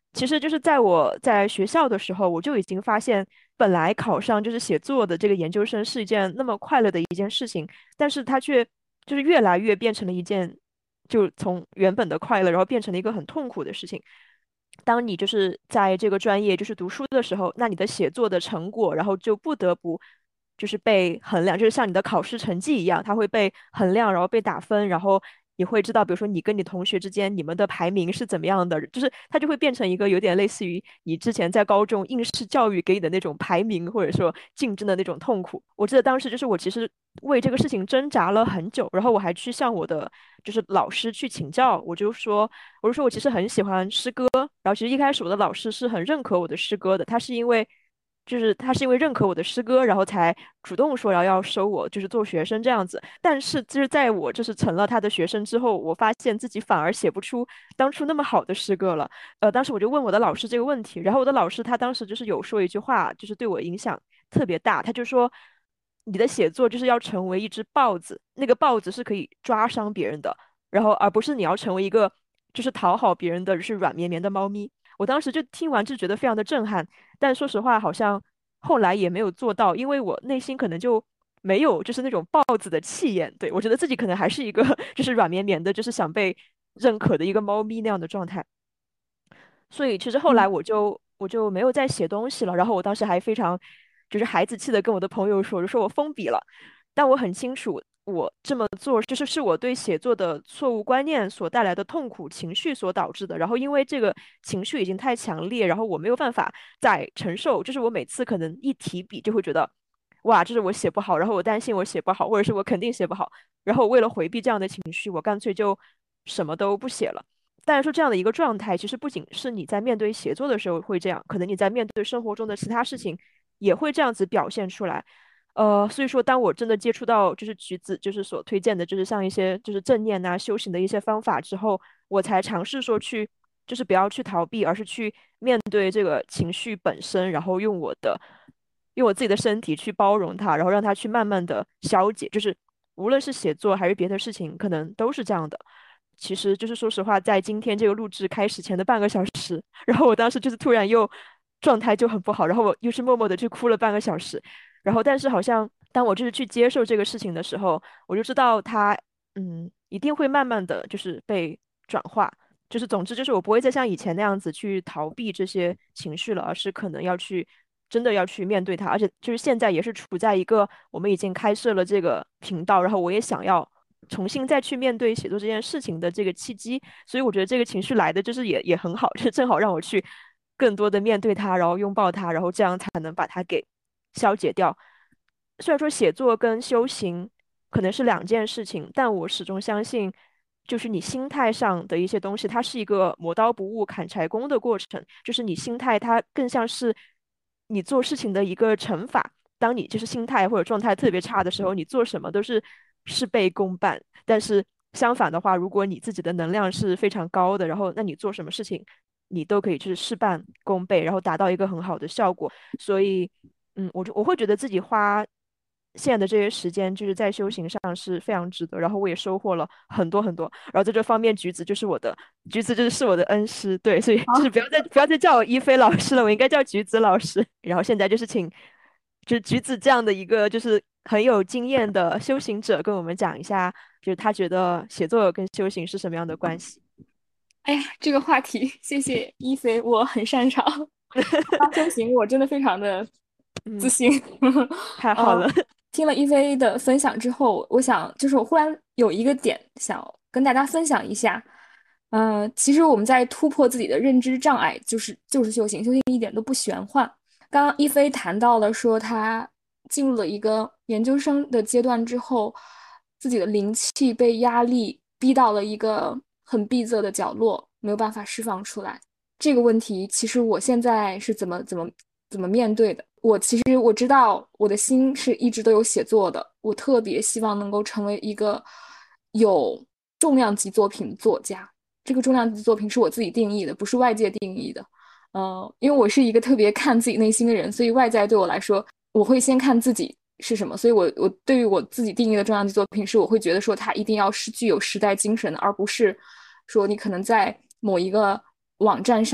Speaker 2: 其实就是在我在学校的时候，我就已经发现，本来考上就是写作的这个研究生是一件那么快乐的一件事情，但是它却就是越来越变成了一件，就从原本的快乐，然后变成了一个很痛苦的事情。当你就是在这个专业就是读书的时候，那你的写作的成果，然后就不得不就是被衡量，就是像你的考试成绩一样，它会被衡量，然后被打分，然后你会知道，比如说你跟你同学之间你们的排名是怎么样的，就是它就会变成一个有点类似于你之前在高中应试教育给你的那种排名或者说竞争的那种痛苦。我记得当时就是我其实为这个事情挣扎了很久，然后我还去向我的就是老师去请教，我就说我其实很喜欢诗歌，然后其实一开始我的老师是很认可我的诗歌的，他是因为认可我的诗歌，然后才主动说要收我就是做学生这样子。但是就是在我就是成了他的学生之后，我发现自己反而写不出当初那么好的诗歌了。当时我就问我的老师这个问题，然后我的老师他当时就是有说一句话，就是对我影响特别大，他就说。你的写作就是要成为一只豹子，那个豹子是可以抓伤别人的，然后而不是你要成为一个就是讨好别人的就是软绵绵的猫咪。我当时就听完就觉得非常的震撼，但说实话，好像后来也没有做到，因为我内心可能就没有就是那种豹子的气焰。对，我觉得自己可能还是一个就是软绵绵的，就是想被认可的一个猫咪那样的状态。所以其实后来
Speaker 1: 嗯
Speaker 2: 我就没有再写东西了。然后我当时还非常就是孩子气的跟我的朋友说，我就说我封笔了。但我很清楚，我这么做就是我对写作的错误观念所带来的痛苦情绪所导致的。然后因为这个情绪已经太强烈，然后我没有办法再承受，就是我每次可能一提笔就会觉得。哇，这是我写不好，然后我担心我写不好，或者是我肯定写不好，然后为了回避这样的情绪，我干脆就什么都不写了。但是说这样的一个状态，其实不仅是你在面对写作的时候会这样，可能你在面对生活中的其他事情也会这样子表现出来。所以说，当我真的接触到就是橘子就是所推荐的，就是像一些就是正念啊、修行的一些方法之后，我才尝试说去，就是不要去逃避，而是去面对这个情绪本身，然后用我自己的身体去包容它，然后让它去慢慢的消解。就是无论是写作还是别的事情，可能都是这样的。其实就是说实话，在今天这个录制开始前的半个小时，然后我当时就是突然又状态就很不好，然后我又是默默的去哭了半个小时，然后但是好像当我就是去接受这个事情的时候，我就知道它一定会慢慢的就是被转化，就是总之就是我不会再像以前那样子去逃避这些情绪了，而是可能要去真的要去面对它，而且就是现在也是处在一个我们已经开设了这个频道，然后我也想要重新再去面对写作这件事情的这个契机，所以我觉得这个情绪来的就是也很好，就是正好让我去更多的面对它，然后拥抱它，然后这样才能把它给消解掉。虽然说写作跟修行可能是两件事情，但我始终相信，就是你心态上的一些东西，它是一个磨刀不误砍柴工的过程。就是你心态，它更像是你做事情的一个乘法。当你就是心态或者状态特别差的时候，你做什么都是事倍功半。但是相反的话，如果你自己的能量是非常高的，然后那你做什么事情，你都可以就是事半功倍，然后达到一个很好的效果。所以。我会觉得自己花现在的这些时间，就是在修行上是非常值得，然后我也收获了很多很多。然后在这方面，橘子就是我的恩师，对，所以就是
Speaker 1: 好。
Speaker 2: 不要再叫我一菲老师了，我应该叫橘子老师。然后现在就是请就是橘子这样的一个就是很有经验的修行者，跟我们讲一下，就是他觉得写作跟修行是什么样的关系。
Speaker 1: 哎呀，这个话题，谢谢一菲，我很擅长。刚修行，我真的非常的自
Speaker 2: 嗯，
Speaker 1: 信。呃，
Speaker 2: 太好了。
Speaker 1: 听了一菲的分享之后，我想就是我忽然有一个点想跟大家分享一下。其实我们在突破自己的认知障碍，就是修行，修行一点都不玄幻。刚刚一菲谈到了说，他进入了一个研究生的阶段之后，自己的灵气被压力逼到了一个很闭塞的角落，没有办法释放出来。这个问题，其实我现在是怎么面对的？其实我知道我的心是一直都有写作的，我特别希望能够成为一个有重量级作品的作家。这个重量级作品是我自己定义的，不是外界定义的。因为我是一个特别看自己内心的人，所以外在对我来说，我会先看自己是什么。所以我对于我自己定义的重量级作品是，我会觉得说它一定要是具有时代精神的，而不是说你可能在某一个网站上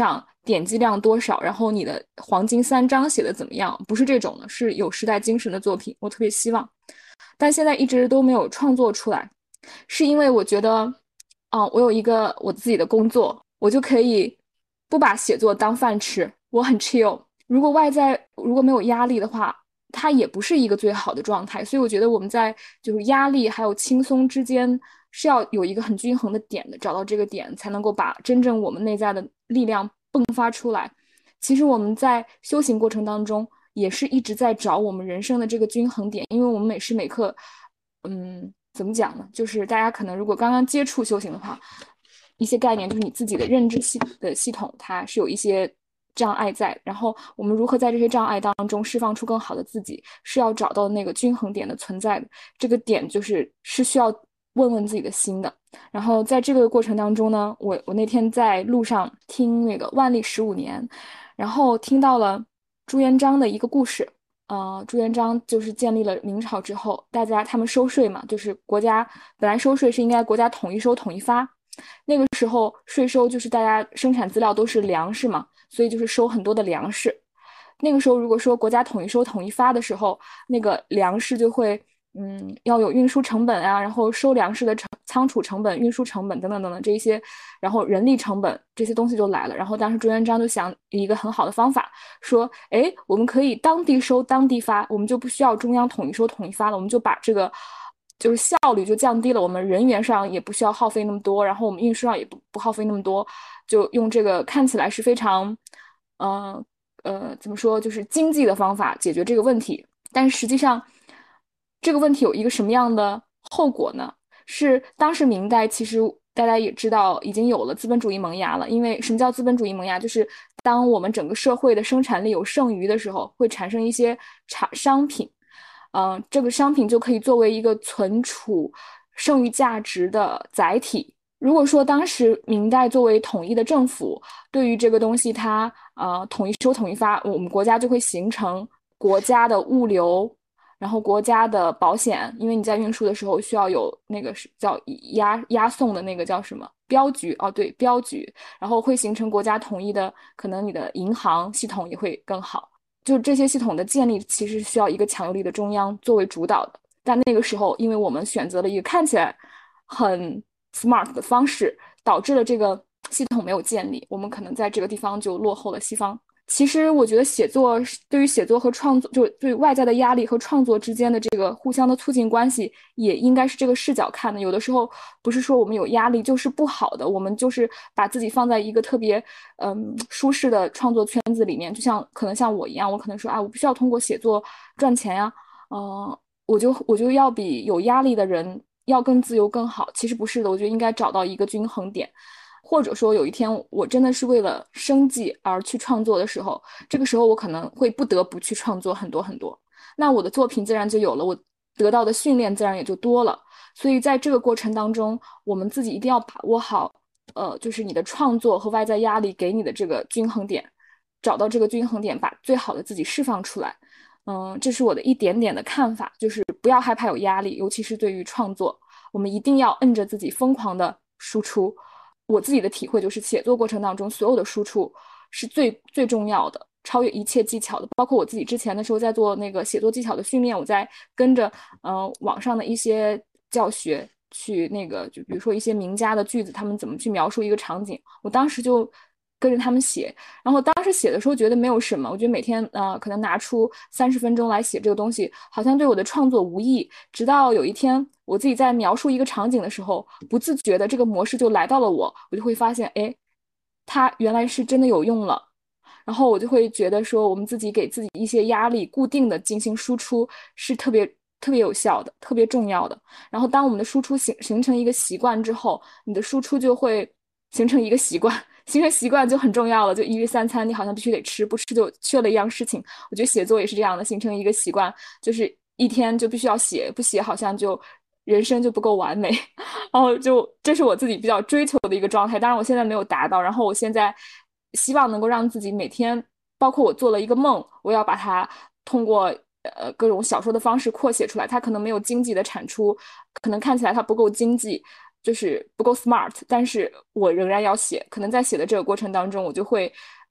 Speaker 1: 点击量多少，然后你的黄金三章写的怎么样，不是这种的，是有时代精神的作品，我特别希望。但现在一直都没有创作出来，是因为我觉得，我有一个我自己的工作，我就可以不把写作当饭吃，我很 chill。如果外在如果没有压力的话，它也不是一个最好的状态。所以我觉得我们在就是压力还有轻松之间是要有一个很均衡的点的，找到这个点才能够把真正我们内在的力量迸发出来。其实我们在修行过程当中也是一直在找我们人生的这个均衡点，因为我们每时每刻，怎么讲呢？就是大家可能如果刚刚接触修行的话，一些概念就是你自己的认知系统，它是有一些障碍在，然后我们如何在这些障碍当中释放出更好的自己，是要找到那个均衡点的存在的。这个点是需要问问自己的心的。然后在这个过程当中呢，我那天在路上听那个万历15年，然后听到了朱元璋的一个故事。朱元璋就是建立了明朝之后，大家他们收税嘛，就是国家本来收税是应该国家统一收统一发，那个时候税收就是大家生产资料都是粮食嘛，所以就是收很多的粮食。那个时候如果说国家统一收统一发的时候，那个粮食就会要有运输成本啊，然后收粮食的仓储成本、运输成本等等等等这一些，然后人力成本这些东西就来了。然后当时朱元璋就想一个很好的方法，说，哎，我们可以当地收当地发，我们就不需要中央统一收统一发了，我们就把这个就是效率就降低了，我们人员上也不需要耗费那么多，然后我们运输上也不耗费那么多，就用这个看起来是非常，怎么说，就是经济的方法解决这个问题。但实际上，这个问题有一个什么样的后果呢？是当时明代其实大家也知道已经有了资本主义萌芽了。因为什么叫资本主义萌芽？就是当我们整个社会的生产力有剩余的时候，会产生一些商品，这个商品就可以作为一个存储剩余价值的载体。如果说当时明代作为统一的政府，对于这个东西它统一收统一发，我们国家就会形成国家的物流，然后国家的保险，因为你在运输的时候需要有那个是叫押送的那个叫什么标局，哦对，标局，然后会形成国家统一的，可能你的银行系统也会更好。就这些系统的建立，其实需要一个强有力的中央作为主导的。但那个时候，因为我们选择了一个看起来很 smart 的方式，导致了这个系统没有建立，我们可能在这个地方就落后了西方。其实我觉得写作对于写作和创作，就对外在的压力和创作之间的这个互相的促进关系，也应该是这个视角看的。有的时候不是说我们有压力就是不好的，我们就是把自己放在一个特别舒适的创作圈子里面，就像可能像我一样，我可能说我不需要通过写作赚钱呀，我就要比有压力的人要更自由更好。其实不是的，我觉得应该找到一个均衡点。或者说有一天我真的是为了生计而去创作的时候，这个时候我可能会不得不去创作很多很多，那我的作品自然就有了，我得到的训练自然也就多了。所以在这个过程当中，我们自己一定要把握好，就是你的创作和外在压力给你的这个均衡点，找到这个均衡点，把最好的自己释放出来。这是我的一点点的看法，就是不要害怕有压力，尤其是对于创作，我们一定要摁着自己疯狂的输出。我自己的体会就是，写作过程当中所有的输出是最重要的，超越一切技巧的。包括我自己之前的时候在做那个写作技巧的训练，我在跟着网上的一些教学去那个，就比如说一些名家的句子，他们怎么去描述一个场景，我当时就跟着他们写。然后当时写的时候觉得没有什么，我觉得每天可能拿出30分钟来写这个东西，好像对我的创作无益。直到有一天我自己在描述一个场景的时候，不自觉的这个模式就来到了我就会发现，哎，它原来是真的有用了。然后我就会觉得说，我们自己给自己一些压力，固定的进行输出是特别有效的，特别重要的。然后当我们的输出形成一个习惯之后，你的输出就会形成一个习惯，形成习惯就很重要了。就一日三餐，你好像必须得吃，不吃就缺了一样事情。我觉得写作也是这样的，形成一个习惯，就是一天就必须要写，不写好像就人生就不够完美。然后就这是我自己比较追求的一个状态。当然我现在没有达到，然后我现在希望能够让自己每天，包括我做了一个梦，我要把它通过各种小说的方式扩写出来。它可能没有经济的产出，可能看起来它不够经济，就是不够 smart，但是我仍然要写。可能在写的这个过程当中，我就会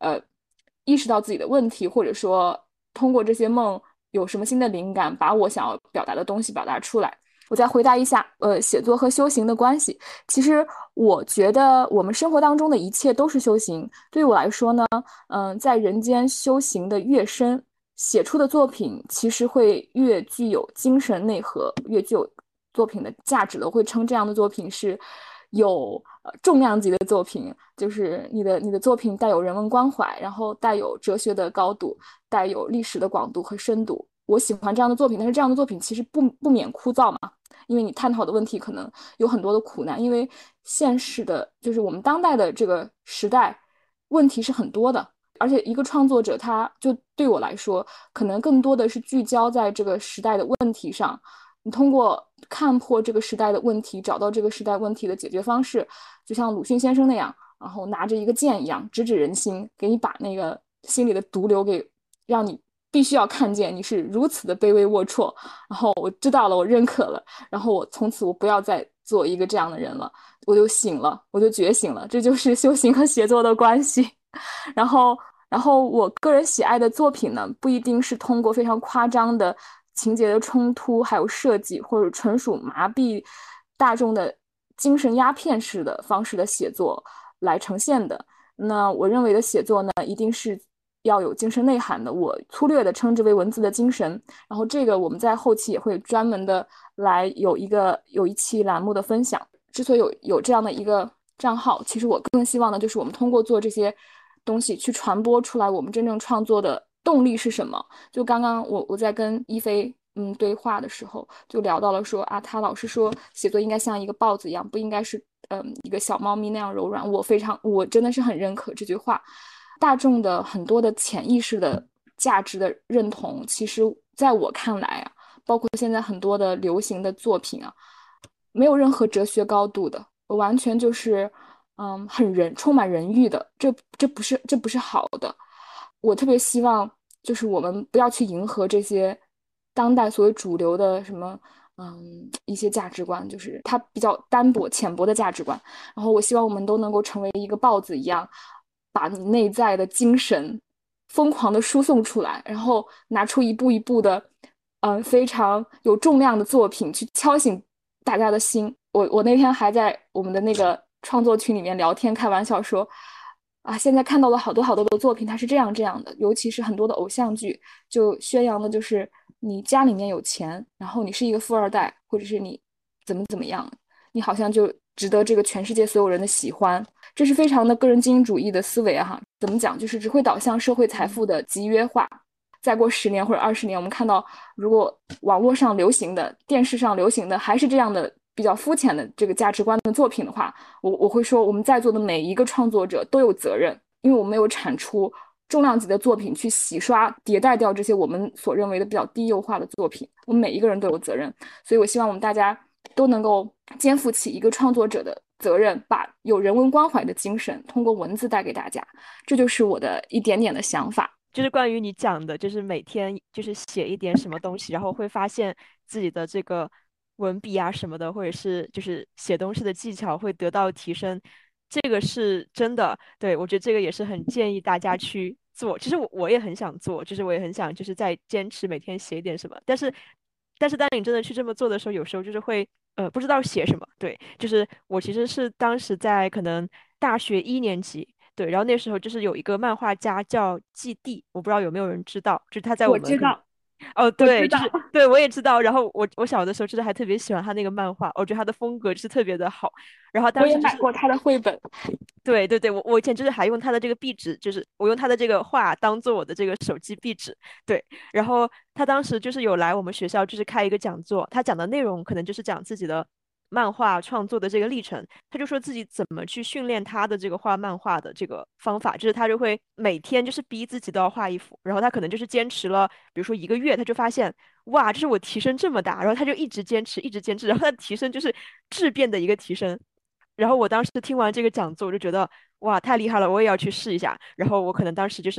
Speaker 1: 呃意识到自己的问题，或者说通过这些梦有什么新的灵感，把我想要表达的东西表达出来。我再回答一下，写作和修行的关系。其实我觉得我们生活当中的一切都是修行。对于我来说呢，在人间修行的越深，写出的作品其实会越具有精神内核，越具有作品的价值的。我会称这样的作品是有重量级的作品，就是你的作品带有人文关怀，然后带有哲学的高度，带有历史的广度和深度。我喜欢这样的作品，但是这样的作品其实不免枯燥嘛，因为你探讨的问题可能有很多的苦难，因为现实的，就是我们当代的这个时代，问题是很多的。而且一个创作者，他就对我来说，可能更多的是聚焦在这个时代的问题上。你通过看破这个时代的问题，找到这个时代问题的解决方式，就像鲁迅先生那样，然后拿着一个剑一样，直指人心，给你把那个心里的毒瘤给，让你必须要看见你是如此的卑微龌龊。然后我知道了，我认可了，然后我从此我不要再做一个这样的人了，我就醒了，我就觉醒了，这就是修行和写作的关系。然后，我个人喜爱的作品呢，不一定是通过非常夸张的情节的冲突，还有设计，或者纯属麻痹大众的精神鸦片式的方式的写作来呈现的。那我认为的写作呢，一定是要有精神内涵的。我粗略的称之为文字的精神。然后这个我们在后期也会专门的来有一期栏目的分享。之所以有这样的一个账号，其实我更希望的就是我们通过做这些东西去传播出来，我们真正创作的动力是什么？就刚刚我在跟一菲对话的时候，就聊到了说啊，他老是说写作应该像一个豹子一样，不应该是一个小猫咪那样柔软。我真的是很认可这句话。大众的很多的潜意识的价值的认同，其实在我看来啊，包括现在很多的流行的作品啊，没有任何哲学高度的，完全就是充满人欲的，这不是好的。我特别希望就是我们不要去迎合这些当代所谓主流的什么一些价值观，就是它比较单薄浅薄的价值观。然后我希望我们都能够成为一个豹子一样，把你内在的精神疯狂的输送出来，然后拿出一步一步的非常有重量的作品去敲醒大家的心。我那天还在我们的那个创作群里面聊天，开玩笑说，啊，现在看到了好多好多的作品，它是这样这样的，尤其是很多的偶像剧，就宣扬的就是你家里面有钱，然后你是一个富二代，或者是你怎么样，你好像就值得这个全世界所有人的喜欢。这是非常的个人精英主义的思维啊！哈，怎么讲？就是只会导向社会财富的集约化。再过10年或者20年，我们看到，如果网络上流行的、电视上流行的还是这样的比较肤浅的这个价值观的作品的话，我会说，我们在座的每一个创作者都有责任，因为我们没有产出重量级的作品去洗刷、迭代掉这些我们所认为的比较低幼化的作品。我们每一个人都有责任，所以我希望我们大家都能够肩负起一个创作者的责任，把有人文关怀的精神通过文字带给大家。这就是我的一点点的想法。
Speaker 2: 就是关于你讲的，就是每天就是写一点什么东西，然后会发现自己的这个文笔啊什么的，或者是就是写东西的技巧会得到提升，这个是真的。对，我觉得这个也是很建议大家去做。其实我也很想做，就是我也很想就是在坚持每天写一点什么，但是当你真的去这么做的时候，有时候就是会不知道写什么。对，就是我其实是当时在可能大学1年级。对，然后那时候就是有一个漫画家叫季地，我不知道有没有人知道，就是他在我们可能，
Speaker 1: 我知道，
Speaker 2: 哦，对，
Speaker 1: 我知道，
Speaker 2: 就是对我也知道。然后我小的时候就是还特别喜欢他那个漫画，我觉得他的风格就是特别的好。然后
Speaker 1: 我也
Speaker 2: 当时就是
Speaker 1: 买过他的绘本。
Speaker 2: 对对对，我以前就是还用他的这个壁纸，就是我用他的这个画当做我的这个手机壁纸。对，然后他当时就是有来我们学校，就是开一个讲座，他讲的内容可能就是讲自己的漫画创作的这个历程。他就说自己怎么去训练他的这个画漫画的这个方法，就是他就会每天就是逼自己都要画一幅，然后他可能就是坚持了，比如说1个月，他就发现哇，就是我提升这么大，然后他就一直坚持，一直坚持，然后他的提升就是质变的一个提升。然后我当时听完这个讲座，我就觉得哇，太厉害了，我也要去试一下。然后我可能当时就是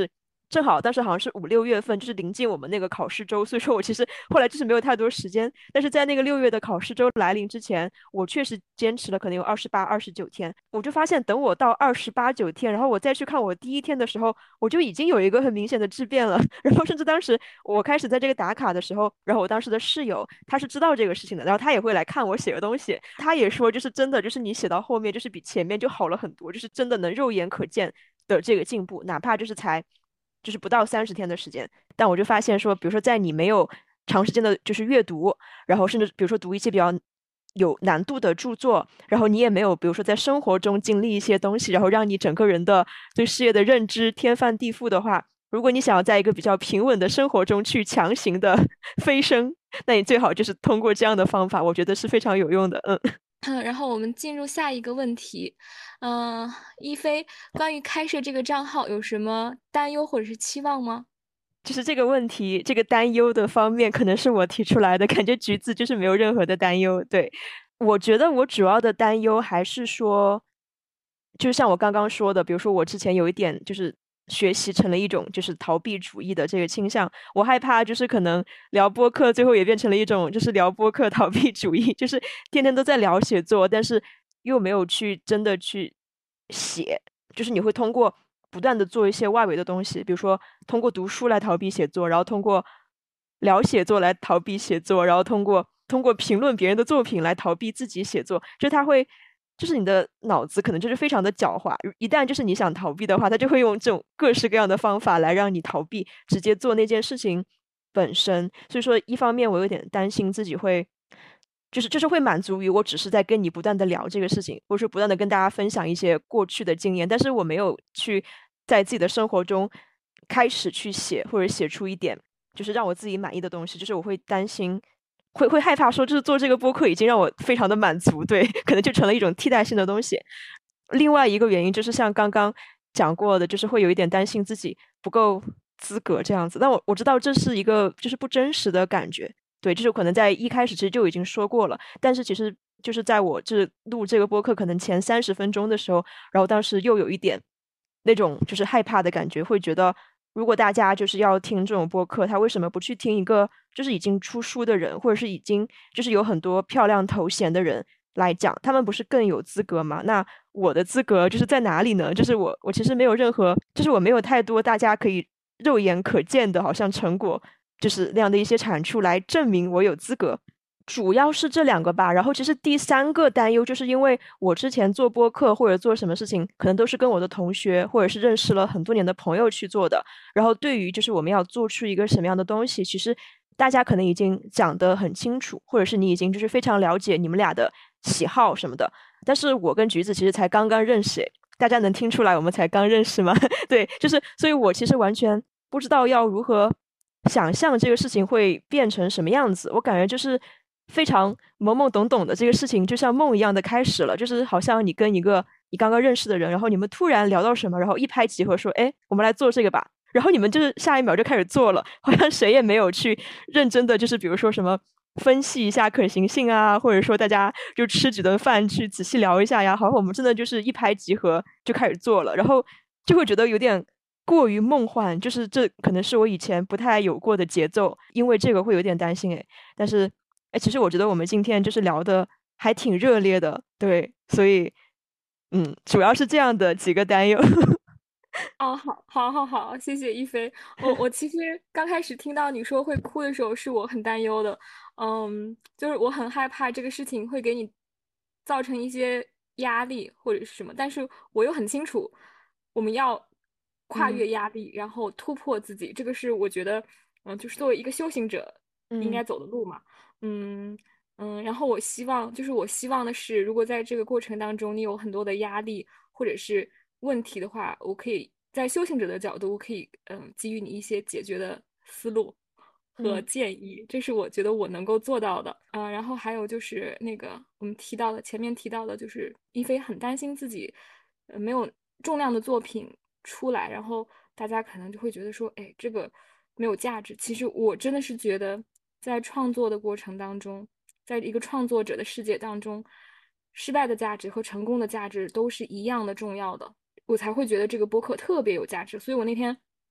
Speaker 2: 正好当时好像是5、6月份，就是临近我们那个考试周，所以说我其实后来就是没有太多时间。但是在那个6月的考试周来临之前，我确实坚持了可能有28、29天。我就发现，等我到28、29天，然后我再去看我第一天的时候，我就已经有一个很明显的质变了。然后甚至当时我开始在这个打卡的时候，然后我当时的室友他是知道这个事情的，然后他也会来看我写的东西，他也说就是真的，就是你写到后面就是比前面就好了很多，就是真的能肉眼可见的这个进步，哪怕就是才就是不到30天的时间。但我就发现说，比如说在你没有长时间的就是阅读，然后甚至比如说读一些比较有难度的著作，然后你也没有比如说在生活中经历一些东西，然后让你整个人的对事业的认知天翻地覆的话，如果你想要在一个比较平稳的生活中去强行的飞升，那你最好就是通过这样的方法，我觉得是非常有用的。嗯。
Speaker 1: 然后我们进入下一个问题，嗯、一菲，关于开设这个账号有什么担忧或者是期望吗？
Speaker 2: 就是这个问题，这个担忧的方面可能是我提出来的，感觉橘子就是没有任何的担忧。对，我觉得我主要的担忧还是说，就像我刚刚说的，比如说我之前有一点就是学习成了一种就是逃避主义的这个倾向，我害怕就是可能聊播客最后也变成了一种就是聊播客逃避主义，就是天天都在聊写作，但是又没有去真的去写。就是你会通过不断的做一些外围的东西，比如说通过读书来逃避写作，然后通过聊写作来逃避写作，然后通过评论别人的作品来逃避自己写作，就是它会。就是你的脑子可能就是非常的狡猾，一旦就是你想逃避的话，它就会用这种各式各样的方法来让你逃避，直接做那件事情本身。所以说，一方面我有点担心自己会，就是会满足于我只是在跟你不断的聊这个事情，或者说不断的跟大家分享一些过去的经验，但是我没有去在自己的生活中开始去写，或者写出一点就是让我自己满意的东西，就是我会担心。会害怕说，就是做这个播客已经让我非常的满足，对，可能就成了一种替代性的东西。另外一个原因就是像刚刚讲过的，就是会有一点担心自己不够资格这样子。但我知道这是一个就是不真实的感觉，对，就是可能在一开始其实就已经说过了，但是其实就是在我录这个播客可能前30分钟的时候，然后当时又有一点那种就是害怕的感觉，会觉得如果大家就是要听这种播客，他为什么不去听一个就是已经出书的人，或者是已经就是有很多漂亮头衔的人来讲，他们不是更有资格吗？那我的资格就是在哪里呢？就是我其实没有任何，就是我没有太多大家可以肉眼可见的，好像成果，就是那样的一些产出来证明我有资格。主要是这两个吧，然后其实第三个担忧就是因为我之前做播客或者做什么事情，可能都是跟我的同学或者是认识了很多年的朋友去做的。然后对于就是我们要做出一个什么样的东西，其实大家可能已经讲得很清楚，或者是你已经就是非常了解你们俩的喜好什么的。但是我跟橘子其实才刚刚认识，大家能听出来我们才刚认识吗？对，就是所以我其实完全不知道要如何想象这个事情会变成什么样子。我感觉就是非常懵懵懂懂的这个事情，就像梦一样的开始了。就是好像你跟一个你刚刚认识的人，然后你们突然聊到什么，然后一拍即合，说：“哎，我们来做这个吧。”然后你们就是下一秒就开始做了，好像谁也没有去认真的，就是比如说什么分析一下可行性啊，或者说大家就吃几顿饭去仔细聊一下呀。好像我们真的就是一拍即合就开始做了，然后就会觉得有点过于梦幻，就是这可能是我以前不太有过的节奏，因为这个会有点担心哎。但是哎，其实我觉得我们今天就是聊的还挺热烈的，对，所以主要是这样的几个担忧。
Speaker 1: 哦，好，好，好，好，谢谢一菲。我其实刚开始听到你说会哭的时候，是我很担忧的。就是我很害怕这个事情会给你造成一些压力或者是什么，但是我又很清楚，我们要跨
Speaker 2: 嗯
Speaker 1: 越压力，然后突破自己，这个是我觉得，就是作为一个修行者应
Speaker 2: 嗯
Speaker 1: 该走的路嘛。嗯然后我希望的是，如果在这个过程当中你有很多的压力或者是问题的话，我可以在修行者的角度，我可以给予你一些解决的思路和
Speaker 2: 嗯
Speaker 1: 建议，这是我觉得我能够做到的。然后还有就是那个我们前面提到的，就是一菲很担心自己没有重量的作品出来，然后大家可能就会觉得说，哎，这个没有价值。其实我真的是觉得，在创作的过程当中，在一个创作者的世界当中，失败的价值和成功的价值都是一样的重要的，我才会觉得这个播客特别有价值。所以我那天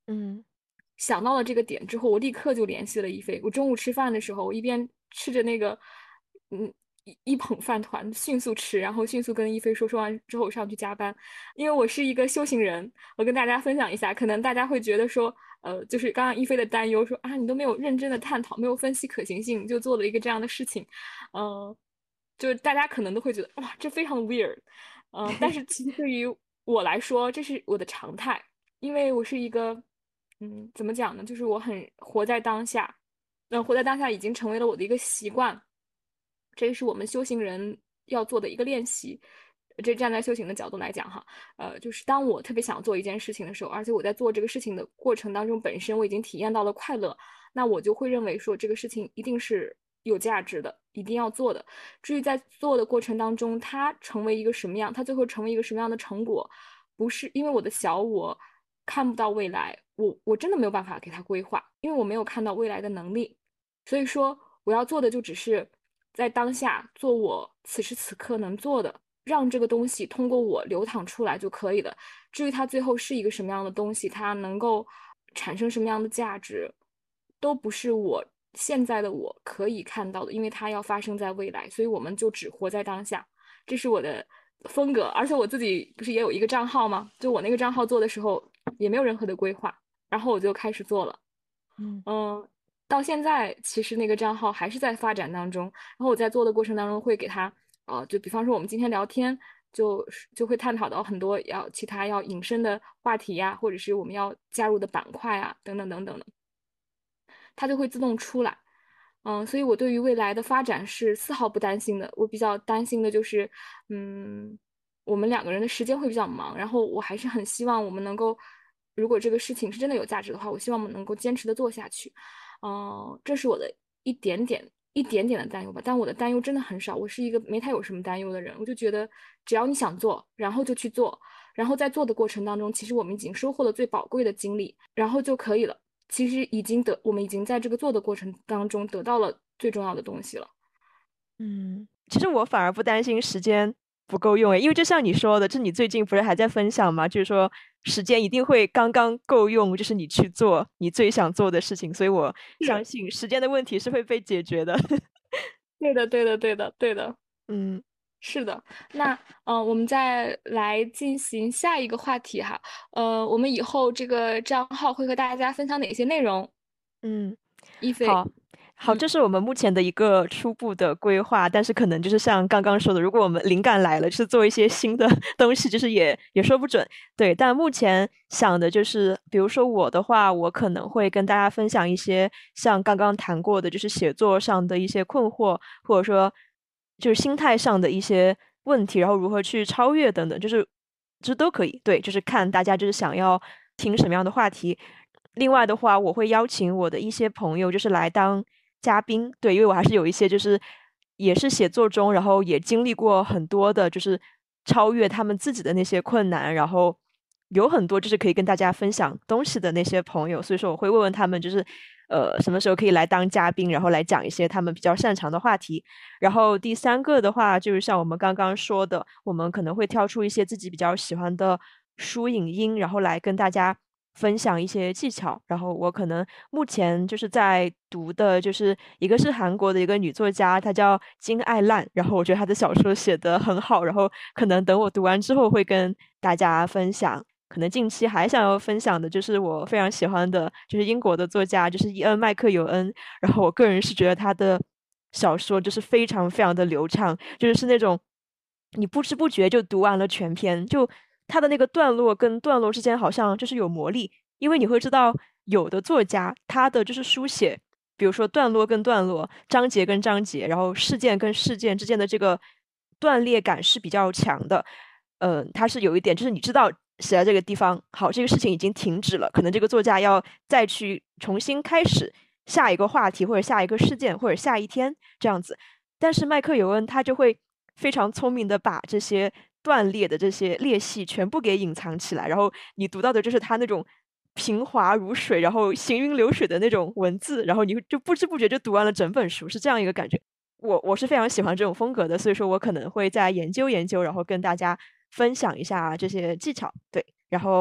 Speaker 2: 嗯
Speaker 1: 想到了这个点之后，我立刻就联系了一菲。我中午吃饭的时候，我一边吃着那个，一捧饭团，迅速吃，然后迅速跟一菲说，说完之后我上去加班。因为我是一个修行人，我跟大家分享一下，可能大家会觉得说，就是刚刚一菲的担忧，说啊，你都没有认真的探讨，没有分析可行性，就做了一个这样的事情，就是大家可能都会觉得哇，这非常的 weird，但是其实对于我来说，这是我的常态。因为我是一个，怎么讲呢？就是我很活在当下，活在当下已经成为了我的一个习惯，这也是我们修行人要做的一个练习。这站在修行的角度来讲，哈，就是当我特别想做一件事情的时候，而且我在做这个事情的过程当中，本身我已经体验到了快乐，那我就会认为说这个事情一定是有价值的，一定要做的。至于在做的过程当中，它成为一个什么样，它最后成为一个什么样的成果，不是因为我的小我看不到未来，我真的没有办法给他规划，因为我没有看到未来的能力。所以说，我要做的就只是在当下做我此时此刻能做的，让这个东西通过我流淌出来就可以了。至于它最后是一个什么样的东西，它能够产生什么样的价值，都不是我现在的我可以看到的，因为它要发生在未来，所以我们就只活在当下。这是我的风格，而且我自己不是也有一个账号吗？就我那个账号做的时候也没有任何的规划，然后我就开始做了。
Speaker 2: 嗯
Speaker 1: 到现在其实那个账号还是在发展当中，然后我在做的过程当中会给他，就比方说我们今天聊天，就会探讨到很多其他要引申的话题呀，或者是我们要加入的板块啊，等等等等的，它就会自动出来。所以我对于未来的发展是丝毫不担心的。我比较担心的就是，我们两个人的时间会比较忙，然后我还是很希望我们能够，如果这个事情是真的有价值的话，我希望我们能够坚持的做下去。这是我的一点点的担忧吧，但我的担忧真的很少。我是一个没太有什么担忧的人，我就觉得只要你想做，然后就去做，然后在做的过程当中，其实我们已经收获了最宝贵的经历，然后就可以了。其实我们已经在这个做的过程当中得到了最重要的东西了。
Speaker 2: 嗯，其实我反而不担心时间不够用诶，因为就像你说的，就是你最近不是还在分享嘛，就是说时间一定会刚刚够用，就是你去做你最想做的事情，所以我相
Speaker 1: 是，
Speaker 2: 信时间的问题是会被解决的。
Speaker 1: 对的，对的，对的，对的，
Speaker 2: 嗯
Speaker 1: 是的。那我们再来进行下一个话题哈。我们以后这个账号会和大家分享哪些内容？
Speaker 2: 嗯。
Speaker 1: 一菲，
Speaker 2: 好，好，
Speaker 1: 嗯，
Speaker 2: 这是我们目前的一个初步的规划，但是可能就是像刚刚说的，如果我们灵感来了，就是做一些新的东西，就是也说不准。对，但目前想的就是，比如说我的话，我可能会跟大家分享一些像刚刚谈过的，就是写作上的一些困惑，或者说就是心态上的一些问题，然后如何去超越等等，就是这都可以。对，就是看大家就是想要听什么样的话题。另外的话，我会邀请我的一些朋友，就是来当嘉宾。对，因为我还是有一些就是也是写作中，然后也经历过很多的，就是超越他们自己的那些困难，然后有很多就是可以跟大家分享东西的那些朋友。所以说，我会问问他们，就是什么时候可以来当嘉宾，然后来讲一些他们比较擅长的话题。然后第三个的话，就是像我们刚刚说的，我们可能会挑出一些自己比较喜欢的书影音，然后来跟大家分享一些技巧。然后我可能目前就是在读的，就是一个是韩国的一个女作家，她叫金爱烂，然后我觉得她的小说写得很好，然后可能等我读完之后会跟大家分享。可能近期还想要分享的就是我非常喜欢的，就是英国的作家，就是伊恩·麦克尤恩。然后我个人是觉得他的小说就是非常非常的流畅，就是那种你不知不觉就读完了全篇，就他的那个段落跟段落之间好像就是有魔力，因为你会知道有的作家他的就是书写，比如说段落跟段落、章节跟章节，然后事件跟事件之间的这个断裂感是比较强的。它是有一点，就是你知道写在这个地方，好，这个事情已经停止了，可能这个作家要再去重新开始下一个话题，或者下一个事件，或者下一天这样子。但是麦克尤恩他就会非常聪明的把这些断裂的这些裂隙全部给隐藏起来，然后你读到的就是他那种平滑如水，然后行云流水的那种文字，然后你就不知不觉就读完了整本书，是这样一个感觉。我是非常喜欢这种风格的，所以说我可能会再研究研究，然后跟大家分享一下这些技巧。对，然后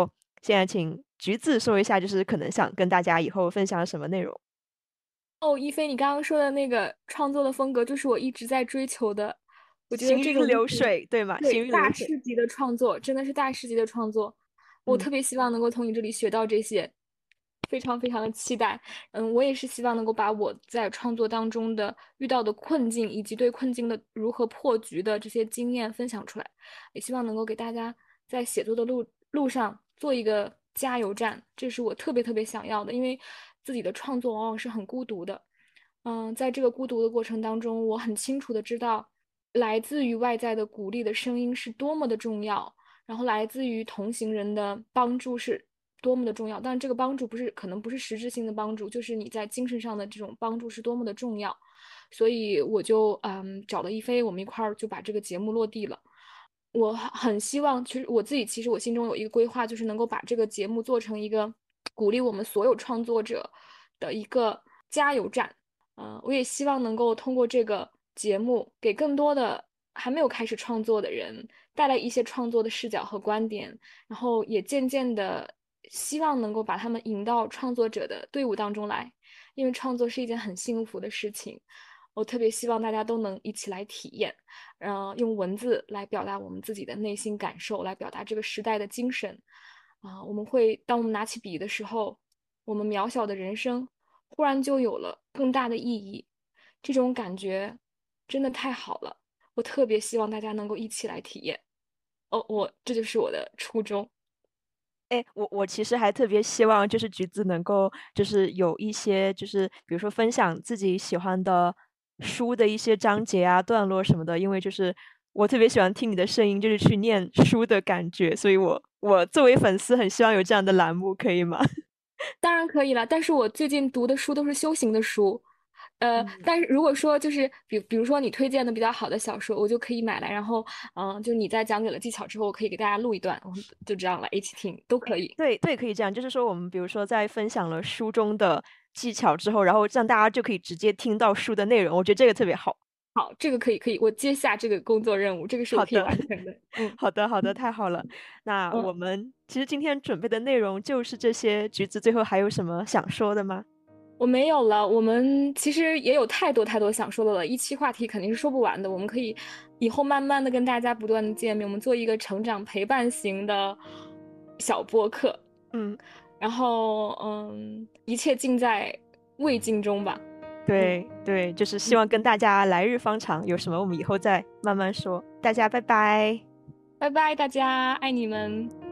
Speaker 2: 现在请橘子说一下，就是可能想跟大家以后分享什么内容。
Speaker 1: 哦，一菲，你刚刚说的那个创作的风格，就是我一直在追求的。我觉得这
Speaker 2: 行云
Speaker 1: 种就是
Speaker 2: 流水，对吗？行
Speaker 1: 对
Speaker 2: 云流水。
Speaker 1: 大师级的创作，真的是大师级的创作。我
Speaker 2: 嗯。
Speaker 1: 特别希望能够从你这里学到这些，非常非常的期待。我也是希望能够把我在创作当中的遇到的困境，以及对困境的如何破局的这些经验分享出来，也希望能够给大家在写作的路上做一个加油站，这是我特别特别想要的。因为自己的创作往往是很孤独的，在这个孤独的过程当中，我很清楚的知道，来自于外在的鼓励的声音是多么的重要。然后来自于同行人的帮助是多么的重要，但这个帮助可能不是实质性的帮助，就是你在精神上的这种帮助是多么的重要。所以我就找了一菲，我们一块儿就把这个节目落地了。我很希望，其实我心中有一个规划，就是能够把这个节目做成一个鼓励我们所有创作者的一个加油站。我也希望能够通过这个节目，给更多的还没有开始创作的人带来一些创作的视角和观点，然后也渐渐的希望能够把他们引到创作者的队伍当中来，因为创作是一件很幸福的事情。我特别希望大家都能一起来体验，用文字来表达我们自己的内心感受，来表达这个时代的精神。当我们拿起笔的时候，我们渺小的人生忽然就有了更大的意义，这种感觉真的太好了。我特别希望大家能够一起来体验。这就是我的初衷。
Speaker 2: 哎，我其实还特别希望就是橘子能够就是有一些就是比如说分享自己喜欢的书的一些章节啊、段落什么的，因为就是我特别喜欢听你的声音，就是去念书的感觉，所以我作为粉丝很希望有这样的栏目，可以吗？
Speaker 1: 当然可以了，但是我最近读的书都是修行的书，
Speaker 2: 嗯。
Speaker 1: 但是如果说就是比如说你推荐的比较好的小说，我就可以买来，然后就你在讲解了技巧之后，我可以给大家录一段，我们就这样来一起听，都可以。
Speaker 2: 对对，可以这样，就是说我们比如说在分享了书中的技巧之后，然后让大家就可以直接听到书的内容，我觉得这个特别好。
Speaker 1: 好，这个可以，我接下这个工作任务，这个是我可以
Speaker 2: 好的，
Speaker 1: 完成的。嗯
Speaker 2: 好的，好的，太好了。那我
Speaker 1: 嗯。
Speaker 2: 们其实今天准备的内容就是这些，橘子最后还有什么想说的吗？
Speaker 1: 我没有了。我们其实也有太多太多想说的了，一期话题肯定是说不完的。我们可以以后慢慢的跟大家不断的见面，我们做一个成长陪伴型的小播客。
Speaker 2: 嗯，
Speaker 1: 然后一切尽在未尽中吧。嗯
Speaker 2: 对对，就是希
Speaker 1: 嗯，
Speaker 2: 望跟大家来日方长，有什么我们以后再慢慢说。大家拜拜。
Speaker 1: 拜拜，大家爱你们。